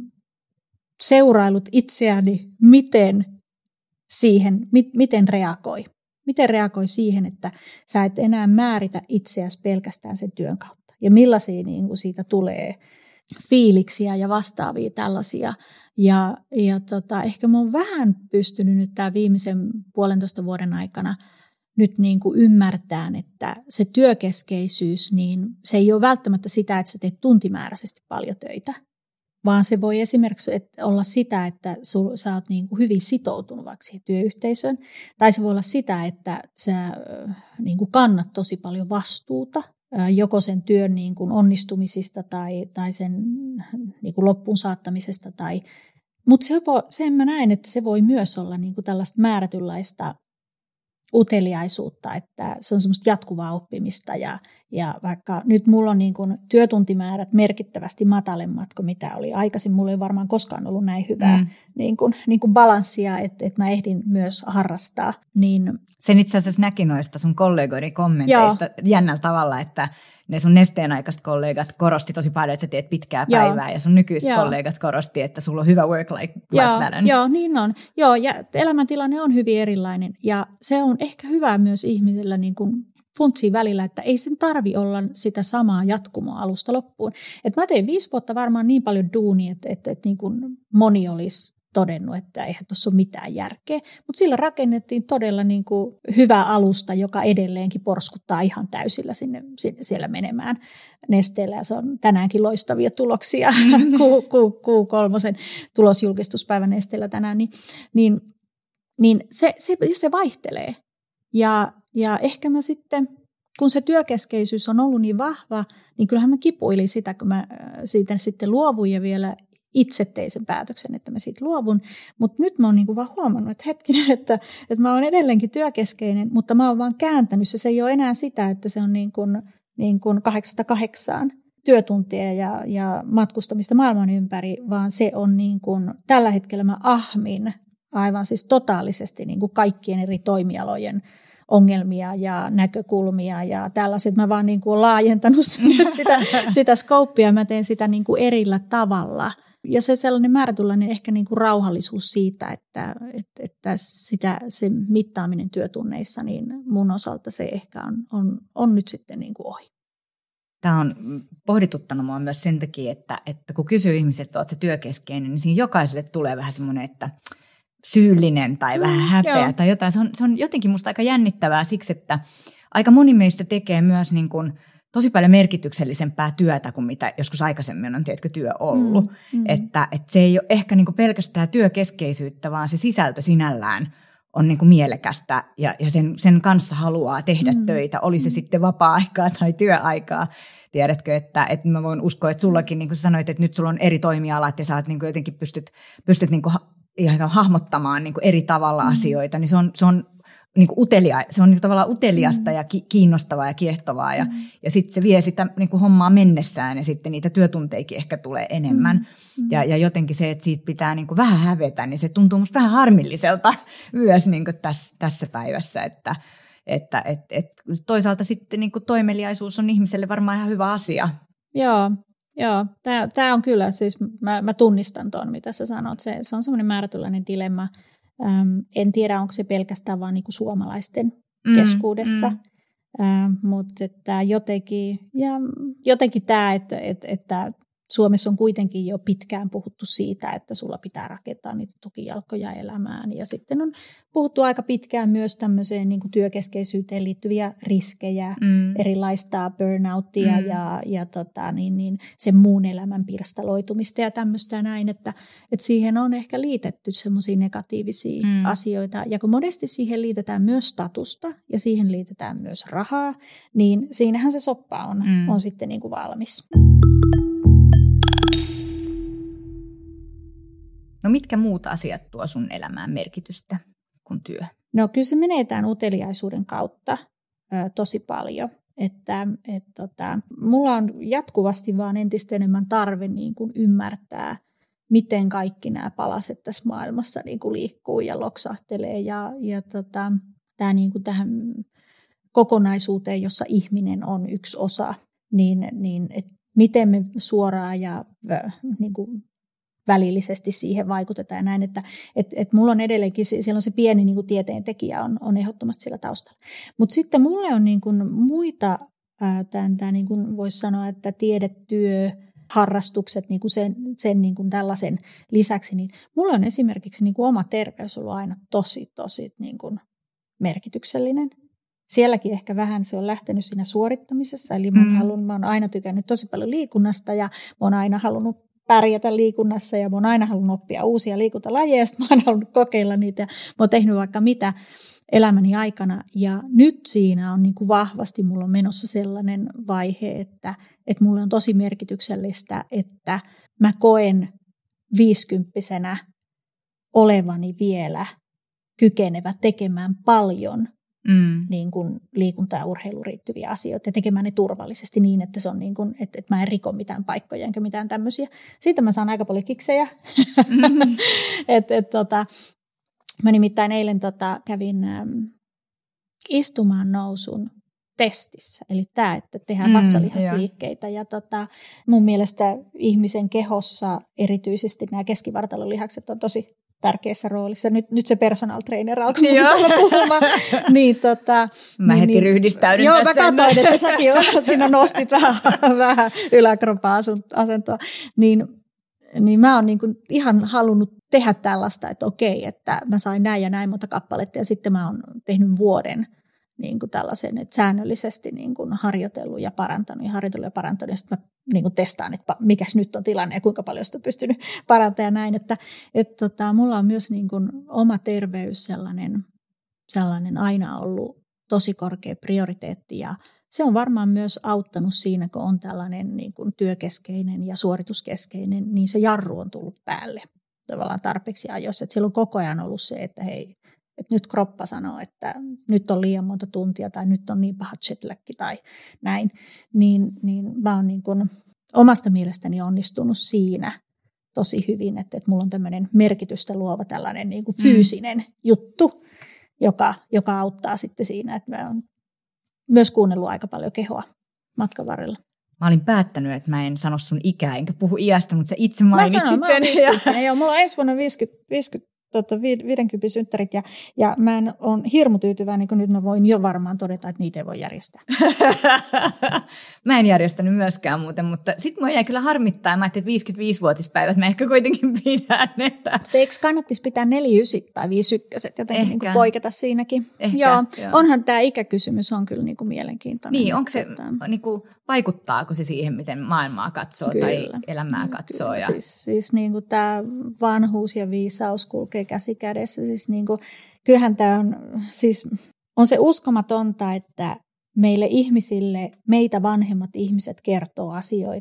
seuraillut itseäni, miten siihen, miten reagoi. Miten reagoi siihen, että sä et enää määritä itseäsi pelkästään sen työn kautta. Ja millaisia niin kuin siitä tulee fiiliksiä ja vastaavia tällaisia. Ja, ja tota, ehkä mä oon vähän pystynyt nyt tämän viimeisen puolentoista vuoden aikana nyt niin kuin ymmärtämään, että se työkeskeisyys, niin se ei ole välttämättä sitä, että sä teet tuntimääräisesti paljon töitä. Vaan se voi esimerkiksi olla sitä, että sul, sä oot niin kuin hyvin sitoutunut vaikka siihen työyhteisöön. Tai se voi olla sitä, että sä niin kuin kannat tosi paljon vastuuta joko sen työn niin kuin onnistumisista tai, tai sen niin kuin loppuun saattamisesta. Tai, mutta se sen mä näen, että se voi myös olla niin kuin tällaista määrätynlaista uteliaisuutta, että se on semmoista jatkuvaa oppimista ja, ja vaikka nyt mulla on niin kuin työtuntimäärät merkittävästi matalemmat kuin mitä oli aikaisin, mulla ei varmaan koskaan ollut näin hyvää mm. niin kuin, niin kuin balanssia, että, että mä ehdin myös harrastaa. Niin sen itse asiassa näki noista sun kollegoiden kommenteista Joo. jännällä tavalla, että ne sun Nesteen aikaiset kollegat korosti tosi paljon, että sä teet pitkää päivää Joo. ja sun nykyiset Joo. kollegat korosti, että sulla on hyvä work-life Joo. balance. Joo, niin on. Joo, ja elämäntilanne on hyvin erilainen ja se on ehkä hyvä myös ihmisillä niin kuin funtsii välillä, että ei sen tarvi olla sitä samaa jatkumoa alusta loppuun. Et mä tein viisi vuotta varmaan niin paljon duunia, että, että, että niin kuin moni olisi todennut, että eihän tuossa ole mitään järkeä. Mutta sillä rakennettiin todella niin kuin hyvä alusta, joka edelleenkin porskuttaa ihan täysillä sinne, sinne siellä menemään Nesteellä. Ja se on tänäänkin loistavia tuloksia, Q kolme tulosjulkistuspäivän Nesteellä tänään. Niin, niin, niin se, se, se vaihtelee. Ja, ja ehkä mä sitten, kun se työkeskeisyys on ollut niin vahva, niin kyllähän mä kipuilin sitä, kun mä siitä sitten luovuin ja vielä itse tein sen päätöksen, että mä siitä luovun. Mutta nyt mä oon niinku vaan huomannut, että hetkinen, että, että mä oon edelleenkin työkeskeinen, mutta mä oon vaan kääntänyt se. Se ei ole enää sitä, että se on niin kuin, niin kuin kahdeksasta kahdeksaan työtuntia ja, ja matkustamista maailman ympäri, vaan se on niin kuin, tällä hetkellä mä ahmin aivan siis totaalisesti niin kuin kaikkien eri toimialojen ongelmia ja näkökulmia ja tällaiset. Mä vaan niin kuin olen laajentanut sitä, sitä skouppia, mä teen sitä niin kuin erillä tavalla. Ja se sellainen määrätynlainen ehkä niin kuin rauhallisuus siitä, että, että, että sitä, se mittaaminen työtunneissa, niin mun osalta se ehkä on, on, on nyt sitten niin kuin ohi. Tämä on pohdituttanut mua myös sen takia, että, että kun kysyy ihmiset, että olet se työkeskeinen, niin siinä jokaiselle tulee vähän semmoinen, että syyllinen tai vähän häpeä mm, tai jotain. Se on, se on jotenkin musta aika jännittävää siksi, että aika moni meistä tekee myös niin kuin tosi paljon merkityksellisempää työtä kuin mitä joskus aikaisemmin on tiedätkö, työ ollut. Mm, mm. Että, että se ei ole ehkä niin kuin pelkästään työkeskeisyyttä, vaan se sisältö sinällään on niin kuin mielekästä ja, ja sen, sen kanssa haluaa tehdä mm, töitä, oli se mm. sitten vapaa-aikaa tai työaikaa. Tiedätkö, että, että mä voin uskoa, että sullakin, niin kuin sanoit, että nyt sulla on eri toimialat ja sä oot niin kuin jotenkin pystyt, pystyt niin kuin ja hahmottamaan niin kuin eri tavalla mm. asioita, niin se on, se on, niin kuin utelia, se on niin kuin tavallaan uteliasta mm. ja ki, kiinnostavaa ja kiehtovaa. Ja, mm. ja sitten se vie sitä niin kuin hommaa mennessään ja sitten niitä työtunteikin ehkä tulee enemmän. Mm. Ja, ja jotenkin se, että siitä pitää niin kuin vähän hävetä, niin se tuntuu musta vähän harmilliselta myös niin kuin tässä, tässä päivässä, että Että et, et, toisaalta sitten niin kuin toimeliaisuus on ihmiselle varmaan ihan hyvä asia. Joo, joo. Tämä on kyllä, siis mä, mä tunnistan tuon, mitä sä sanot. Se, se on semmoinen määrätynlainen dilemma. Öm, en tiedä, onko se pelkästään vaan niin kuin suomalaisten mm, keskuudessa, mm. Ähm, mutta että jotenkin, ja jotenkin tämä, että, että, että Suomessa on kuitenkin jo pitkään puhuttu siitä, että sulla pitää rakentaa niitä tukijalkoja elämään. Ja sitten on puhuttu aika pitkään myös tämmöiseen niin kuin työkeskeisyyteen liittyviä riskejä, mm. erilaista burnouttia mm. ja, ja tota, niin, niin, sen muun elämän pirstaloitumista ja tämmöistä ja näin. Että, että siihen on ehkä liitetty semmoisia negatiivisia mm. asioita. Ja kun monesti siihen liitetään myös statusta ja siihen liitetään myös rahaa, niin siinähän se soppa on, mm. on sitten niin kuin valmis. No mitkä muut asiat tuo sun elämään merkitystä kuin työ? No kyllä se menee tämän uteliaisuuden kautta ö, tosi paljon. Että et, tota, mulla on jatkuvasti vaan entistä enemmän tarve niin kuin ymmärtää, miten kaikki nämä palaset tässä maailmassa niin kuin liikkuu ja loksahtelee. Ja, ja tota, tämä niin kuin tähän kokonaisuuteen, jossa ihminen on yksi osa, niin, niin et miten me suoraan ja ö, niin kuin välillisesti siihen vaikutetaan ja näin, että et, et mulla on edelleenkin, siellä on se pieni niin kuin tieteentekijä on, on ehdottomasti sillä taustalla. Mutta sitten mulle on niin kuin muita, tämän, tämän niin kuin voisi sanoa, että tiedetyö, harrastukset niin kuin sen, sen niin kuin tällaisen lisäksi, niin mulla on esimerkiksi niin kuin oma terveys ollut aina tosi, tosi niin kuin merkityksellinen. Sielläkin ehkä vähän se on lähtenyt siinä suorittamisessa, eli mä oon, mm. halunnut, mä oon aina tykännyt tosi paljon liikunnasta ja mä oon aina halunnut pärjätä liikunnassa ja mä oon aina halunnut oppia uusia liikuntalajeja, ja mä oon halunnut kokeilla niitä ja mä oon tehnyt vaikka mitä elämäni aikana. Ja nyt siinä on niin kuin vahvasti mulla on menossa sellainen vaihe, että, että mulle on tosi merkityksellistä, että mä koen viisikymppisenä olevani vielä kykenevä tekemään paljon Mm. niin kuin liikunta- ja urheiluun riittyviä asioita ja tekemään ne turvallisesti niin, että, se on niin kuin, että, että mä en riko mitään paikkoja enkä mitään tämmöisiä. Siitä mä saan aika paljon kiksejä. Mm-hmm. et, et, tota, mä nimittäin eilen tota, kävin äm, istumaan nousun testissä. Eli tämä, että tehdään mm, vatsalihasliikkeitä. Ja tota, mun mielestä ihmisen kehossa erityisesti nämä keskivartalolihakset on tosi tärkeässä roolissa. Nyt, nyt se personal trainer alkoi tulla puhumaan. Niin, tota, mä niin, heti niin, ryhdistäydyn joo, tässä. Joo, mä katsoin, että säkin siinä nostit vähän, vähän yläkropa-asentoa. Niin, niin mä oon niin kuin ihan halunnut tehdä tällaista, että okei, että mä sain näin ja näin monta kappaletta ja sitten mä oon tehnyt vuoden niin kuin tällaisen, että säännöllisesti niin kuin harjoitellut ja parantanut ja harjoitellut ja parantanut ja sitten mä niin kuin testaan, että mikäs nyt on tilanne ja kuinka paljon sitä on pystynyt parantamaan ja näin, että et tota, mulla on myös niin kuin oma terveys sellainen, sellainen aina ollut tosi korkea prioriteetti ja se on varmaan myös auttanut siinä, kun on tällainen niin kuin työkeskeinen ja suorituskeskeinen, niin se jarru on tullut päälle tavallaan tarpeeksi ajoissa, että siellä on koko ajan ollut se, että hei, että nyt kroppa sanoo, että nyt on liian monta tuntia tai nyt on niin paha jetläkki tai näin, niin, niin mä oon niin kuin omasta mielestäni onnistunut siinä tosi hyvin, että, että mulla on tämmöinen merkitystä luova tällainen niin kuin fyysinen mm. juttu, joka, joka auttaa sitten siinä, että mä oon myös kuunnellut aika paljon kehoa matkan varrella. Mä olin päättänyt, että mä en sano sun ikää, enkä puhu iästä, mutta sä itse mainitsit mä sanon, sen. Mä viisikymmentä, joo, mulla on ensi vuonna viisikymmentä, viisikymmentä Totta, viidenkympin synttärit ja, ja mä en ole hirmu tyytyväinen, kun nyt mä voin jo varmaan todeta, että niitä ei voi järjestää. Mä en järjestänyt myöskään muuten, mutta sitten mua jäi kyllä harmittaa. Mä ajattelin, että viisikymmentäviisivuotispäivät mä ehkä kuitenkin pidän. Että... Eikö kannattaisi pitää neljäkymmentäyhdeksän tai viisikymmentäyksi, jotenkin niin kuin poiketa siinäkin? Ehkä, joo, joo. Onhan tämä ikäkysymys on kyllä niin kuin mielenkiintoinen. Niin, onko se, niin kuin, vaikuttaako se siihen, miten maailmaa katsoo kyllä, tai elämää katsoo? Kyllä. Ja... Siis, siis niin kuin tämä vanhuus ja viisaus kulkee käsi kädessä. Siis niin kuin, kyllähän tämä on, siis on se uskomatonta, että meille ihmisille, meitä vanhemmat ihmiset kertoo asioita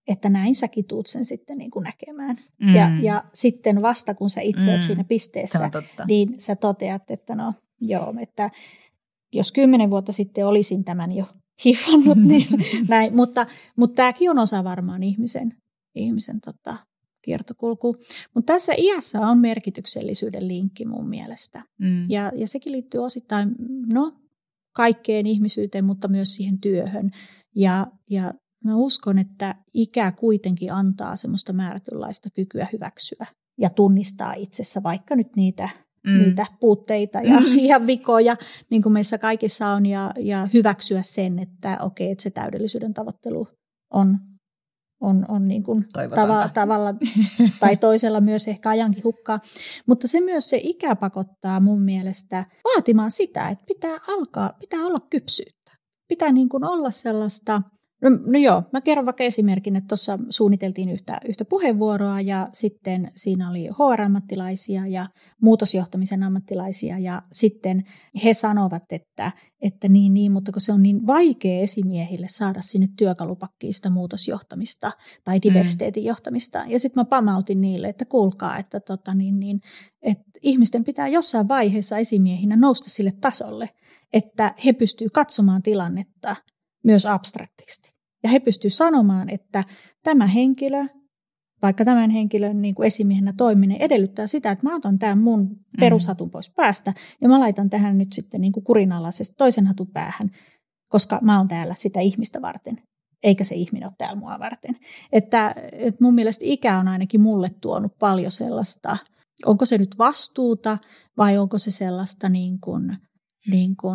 että näin säkin tuut sen sitten niin kuin näkemään. Mm. Ja, ja sitten vasta kun sä itse mm. oot siinä pisteessä, totta. niin sä toteat, että no joo, että jos kymmenen vuotta sitten olisin tämän jo hiffannut, niin näin. Mutta, mutta tämäkin on osa varmaan ihmisen, ihmisen tota, kiertokulku. Mutta tässä iässä on merkityksellisyyden linkki mun mielestä. Mm. Ja, ja sekin liittyy osittain no, kaikkeen ihmisyyteen, mutta myös siihen työhön. Ja, ja mä uskon, että ikä kuitenkin antaa semmoista määrätynlaista kykyä hyväksyä ja tunnistaa itsessä vaikka nyt niitä, mm. niitä puutteita ja, mm. ja vikoja, niin kuin meissä kaikissa on, ja, ja hyväksyä sen, että okei, että se täydellisyyden tavoittelu on, on, on niin kuin tava, tavalla tai toisella myös ehkä ajankin hukkaa. Mutta se myös se ikä pakottaa mun mielestä vaatimaan sitä, että pitää alkaa, pitää olla kypsyyttä. Pitää niin kuin olla sellaista. No, no joo, mä kerron vaikka esimerkin, että tuossa suunniteltiin yhtä, yhtä puheenvuoroa ja sitten siinä oli H R-ammattilaisia ja muutosjohtamisen ammattilaisia ja sitten he sanovat, että, että niin, niin, mutta kun se on niin vaikea esimiehille saada sinne työkalupakkiin sitä muutosjohtamista tai diversiteetin johtamista. Ja sitten mä pamautin niille, että kuulkaa, että, tota, niin, niin, että ihmisten pitää jossain vaiheessa esimiehinä nousta sille tasolle, että he pystyvät katsomaan tilannetta myös abstraktisti. Ja he pystyvät sanomaan, että tämä henkilö, vaikka tämän henkilön niin kuin esimiehenä toiminen, edellyttää sitä, että mä otan tämän mun perushatun pois päästä ja mä laitan tähän nyt sitten niin kuin kurinalaisesti toisen hatun päähän, koska mä oon täällä sitä ihmistä varten, eikä se ihminen ole täällä mua varten. Että, että mun mielestä ikä on ainakin mulle tuonut paljon sellaista, onko se nyt vastuuta vai onko se sellaista niin kuin, niin kuin,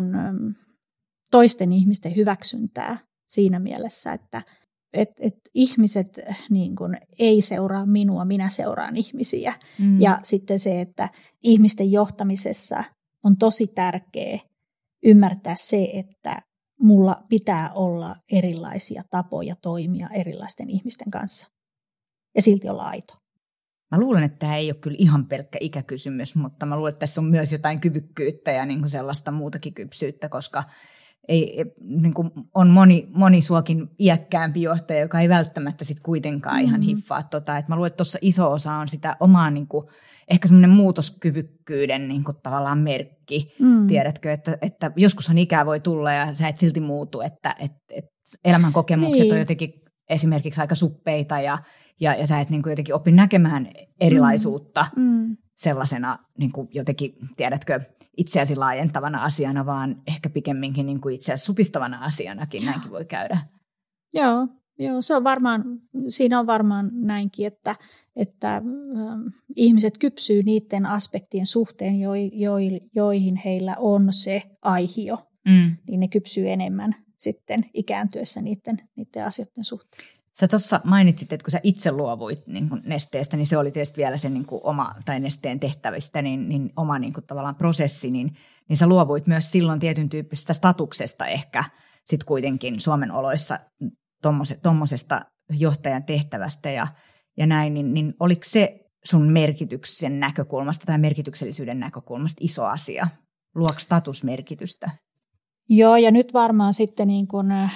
toisten ihmisten hyväksyntää siinä mielessä, että et, et ihmiset niin kun, ei seuraa minua, minä seuraan ihmisiä. Mm. Ja sitten se, että ihmisten johtamisessa on tosi tärkeää ymmärtää se, että mulla pitää olla erilaisia tapoja toimia erilaisten ihmisten kanssa ja silti olla aito. Mä luulen, että tämä ei ole kyllä ihan pelkkä ikäkysymys, mutta mä luulen, että tässä on myös jotain kyvykkyyttä ja niin kuin sellaista muutakin kypsyyttä, koska ei, niin kuin on moni, moni suokin iäkkäämpi johtaja, joka ei välttämättä sit kuitenkaan ihan hiffaa. Tota, että mä luulen, että tuossa iso osa on sitä omaa niin kuin, ehkä semmoinen muutoskyvykkyyden niin kuin tavallaan merkki. Mm. Tiedätkö, että, että joskushan ikää voi tulla ja sä et silti muutu, että et, et elämän kokemukset niin on jotenkin esimerkiksi aika suppeita ja, ja, ja sä et niin kuin jotenkin oppi näkemään erilaisuutta mm. sellaisena niin kuin jotenkin, tiedätkö, itseäsi laajentavana asiana, vaan ehkä pikemminkin niin kuin itseäsi supistavana asianakin, näinkin voi käydä. Joo, joo, se on varmaan, siinä on varmaan näinkin, että, että äh, ihmiset kypsyy niiden aspektien suhteen, jo, jo, joihin heillä on se aihio, mm. niin ne kypsyy enemmän sitten ikääntyessä niiden, niiden asioiden suhteen. Sä tuossa mainitsit, että kun sä itse luovuit niin kuin Nesteestä, niin se oli tietysti vielä se niin kuin oma, tai Nesteen tehtävistä, niin, niin oma niin kuin tavallaan prosessi, niin, niin sä luovuit myös silloin tietyn tyyppisestä statuksesta ehkä sit kuitenkin Suomen oloissa tuommoisesta johtajan tehtävästä ja, ja näin, niin, niin oliko se sun merkityksen näkökulmasta tai merkityksellisyyden näkökulmasta iso asia? Luoko statusmerkitystä? Joo, ja nyt varmaan sitten niin kuin Äh,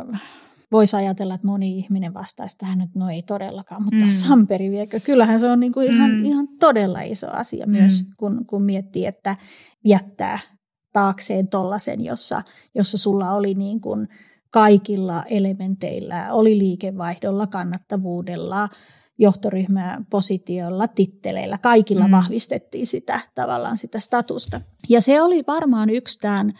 voisi ajatella, että moni ihminen vastaisi tähän, että no ei todellakaan, mutta mm. Samperi viekö? Kyllähän se on niin kuin ihan, mm. ihan todella iso asia myös, mm. kun, kun miettii, että jättää taakseen tollaisen, jossa, jossa sulla oli niin kuin kaikilla elementeillä, oli liikevaihdolla, kannattavuudella, johtoryhmäpositiolla, titteleillä, kaikilla mm. vahvistettiin sitä tavallaan sitä statusta. Ja se oli varmaan yksi tämän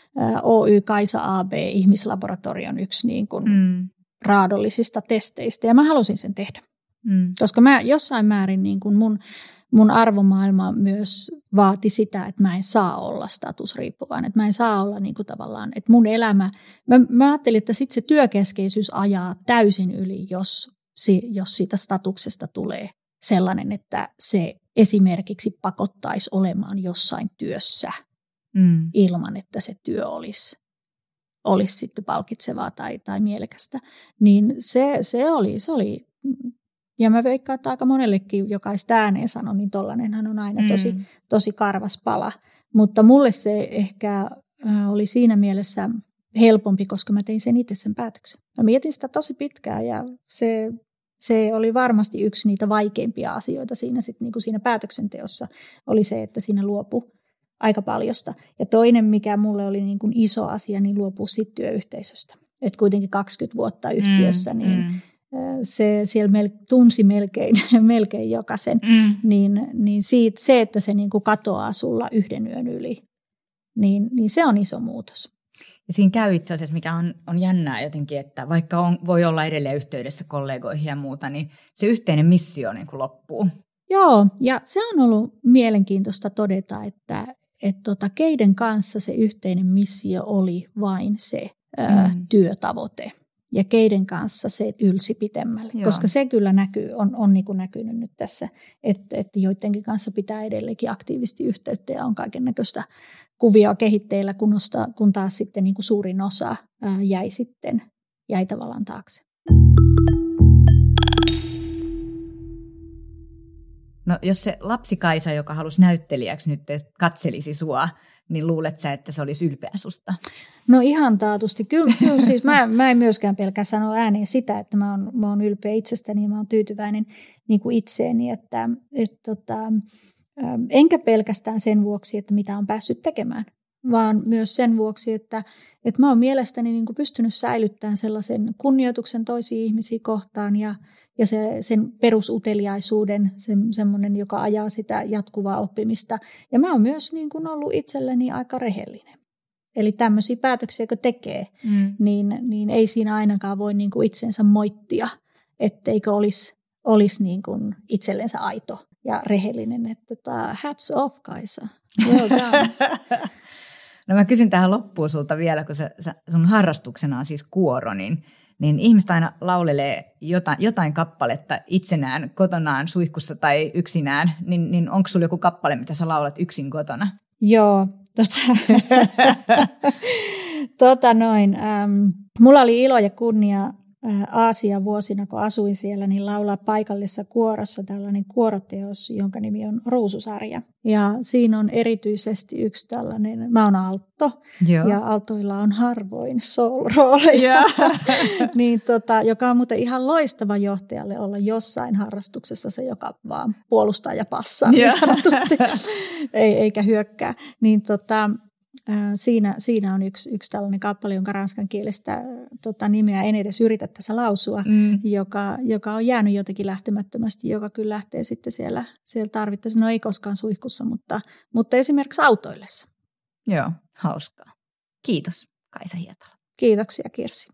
Oy Kaisa A B ihmislaboratorion yksi niin kuin mm. raadollisista testeistä, ja mä halusin sen tehdä. Mm. Koska mä jossain määrin niin kuin mun, mun arvomaailma myös vaati sitä, että mä en saa olla statusriippuvainen, että mä en saa olla niin kuin tavallaan, että mun elämä, mä, mä ajattelin, että sitten se työkeskeisyys ajaa täysin yli, jos, jos siitä statuksesta tulee sellainen, että se esimerkiksi pakottaisi olemaan jossain työssä. Mm. ilman, että se työ olisi, olisi sitten palkitsevaa tai, tai mielekästä. Niin se, se, oli, se oli, ja mä veikkaan, että aika monellekin, joka ei sitä ääneen sano, niin tollanenhan on aina tosi, mm. tosi karvas pala. Mutta mulle se ehkä oli siinä mielessä helpompi, koska mä tein sen itse sen päätöksen. Mä mietin sitä tosi pitkään ja se Se oli varmasti yksi niitä vaikeimpia asioita siinä, sit niinku siinä päätöksenteossa, oli se, että siinä luopui aika paljosta. Ja toinen, mikä mulle oli niinku iso asia, niin luopui siitä työyhteisöstä. Et kuitenkin kaksikymmentä vuotta yhtiössä, mm, niin mm. se siellä mel, tunsi melkein, melkein jokaisen. Mm. Niin, niin siitä, se, että se niinku katoaa sulla yhden yön yli, niin, niin se on iso muutos. Ja siinä käy itse asiassa, mikä on, on jännää jotenkin, että vaikka on, voi olla edelleen yhteydessä kollegoihin ja muuta, niin se yhteinen missio niin kuin loppuu. Joo, ja se on ollut mielenkiintoista todeta, että et tota, keiden kanssa se yhteinen missio oli vain se mm. ä, työtavoite. Ja keiden kanssa se ylsi pitemmälle. Joo. Koska se kyllä näkyy, on, on niin kuin näkynyt nyt tässä, että, että joidenkin kanssa pitää edelleenkin aktiivisesti yhteyttä ja on kaiken näköistä kuvia kehitteillä, kun, osta, kun taas sitten niin kuin suurin osa ää, jäi sitten, jäi tavallaan taakse. No jos se lapsi Kaisa, joka halusi näyttelijäksi nyt katselisi sua, niin luulet sä, että se olisi ylpeä susta? No ihan taatusti. Kyllä, kyllä siis mä, mä en myöskään pelkää sanoa ääneen sitä, että mä oon, mä oon ylpeä itsestäni ja mä oon tyytyväinen niin kuin itseeni. Että, et, tota, enkä pelkästään sen vuoksi, että mitä on päässyt tekemään, vaan myös sen vuoksi, että, että mä oon mielestäni niin kuin pystynyt säilyttämään sellaisen kunnioituksen toisiin ihmisiä kohtaan ja, ja se, sen perusuteliaisuuden, se, semmoinen, joka ajaa sitä jatkuvaa oppimista. Ja mä oon myös niin kuin ollut itselleni aika rehellinen. Eli tämmöisiä päätöksiä, kun tekee, mm. niin, niin ei siinä ainakaan voi niin kuin itsensä moittia, etteikö olisi, olisi niin kuin itsellensä aito ja rehellinen. Että tota, hats off, Kaisa. Well done. No mä kysyn tähän loppuun sulta vielä, kun sä, sä, sun harrastuksena on siis kuoro, niin, niin ihmiset aina laulelee jotain, jotain kappaletta itsenään, kotonaan, suihkussa tai yksinään. Niin, niin onko sulla joku kappale, mitä sä laulat yksin kotona? Joo. Tota, tota noin. Ähm, mulla oli ilo ja kunnia äh, Aasian vuosina, kun asuin siellä, niin laulaa paikallisessa kuorossa tällainen kuoroteos, jonka nimi on Ruususarja. Ja siinä on erityisesti yksi tällainen, mä oon altto, Joo. ja altoilla on harvoin soul-rooleja, niin tota, joka on muuten ihan loistava johtajalle olla jossain harrastuksessa se, joka vaan puolustaa ja passaa, niin sanotusti, Ei, eikä hyökkää. Niin tota, Siinä, siinä on yksi, yksi tällainen kappale, jonka ranskan kielestä tota, nimeä en edes yritä tässä lausua, mm. joka, joka on jäänyt jotenkin lähtemättömästi, joka kyllä lähtee sitten siellä, siellä tarvittaessa. No ei koskaan suihkussa, mutta, mutta esimerkiksi autoillessa. Joo, hauskaa. Kiitos, Kaisa Hietala. Kiitoksia, Kirsi.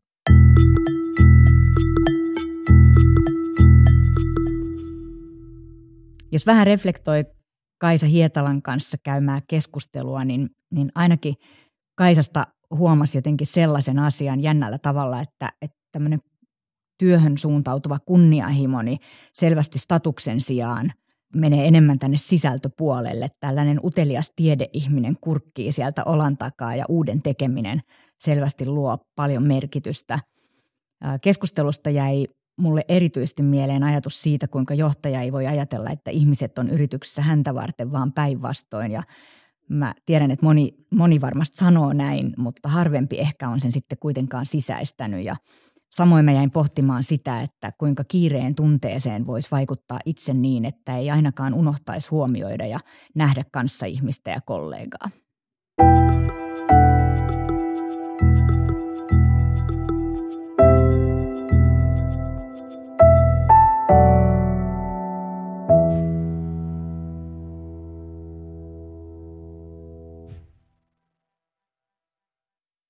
Jos vähän reflektoi Kaisa Hietalan kanssa käymää keskustelua, niin, niin ainakin Kaisasta huomasi jotenkin sellaisen asian jännällä tavalla, että, että tämmöinen työhön suuntautuva kunnianhimo niin selvästi statuksen sijaan menee enemmän tänne sisältöpuolelle. Tällainen utelias tiedeihminen kurkkii sieltä olan takaa ja uuden tekeminen selvästi luo paljon merkitystä. Keskustelusta jäi mulle erityisesti mieleen ajatus siitä, kuinka johtaja ei voi ajatella, että ihmiset on yrityksessä häntä varten, vaan päinvastoin. Ja mä tiedän, että moni, moni varmasti sanoo näin, mutta harvempi ehkä on sen sitten kuitenkaan sisäistänyt. Ja samoin mä jäin pohtimaan sitä, että kuinka kiireen tunteeseen voisi vaikuttaa itse niin, että ei ainakaan unohtaisi huomioida ja nähdä kanssa ihmistä ja kollegaa.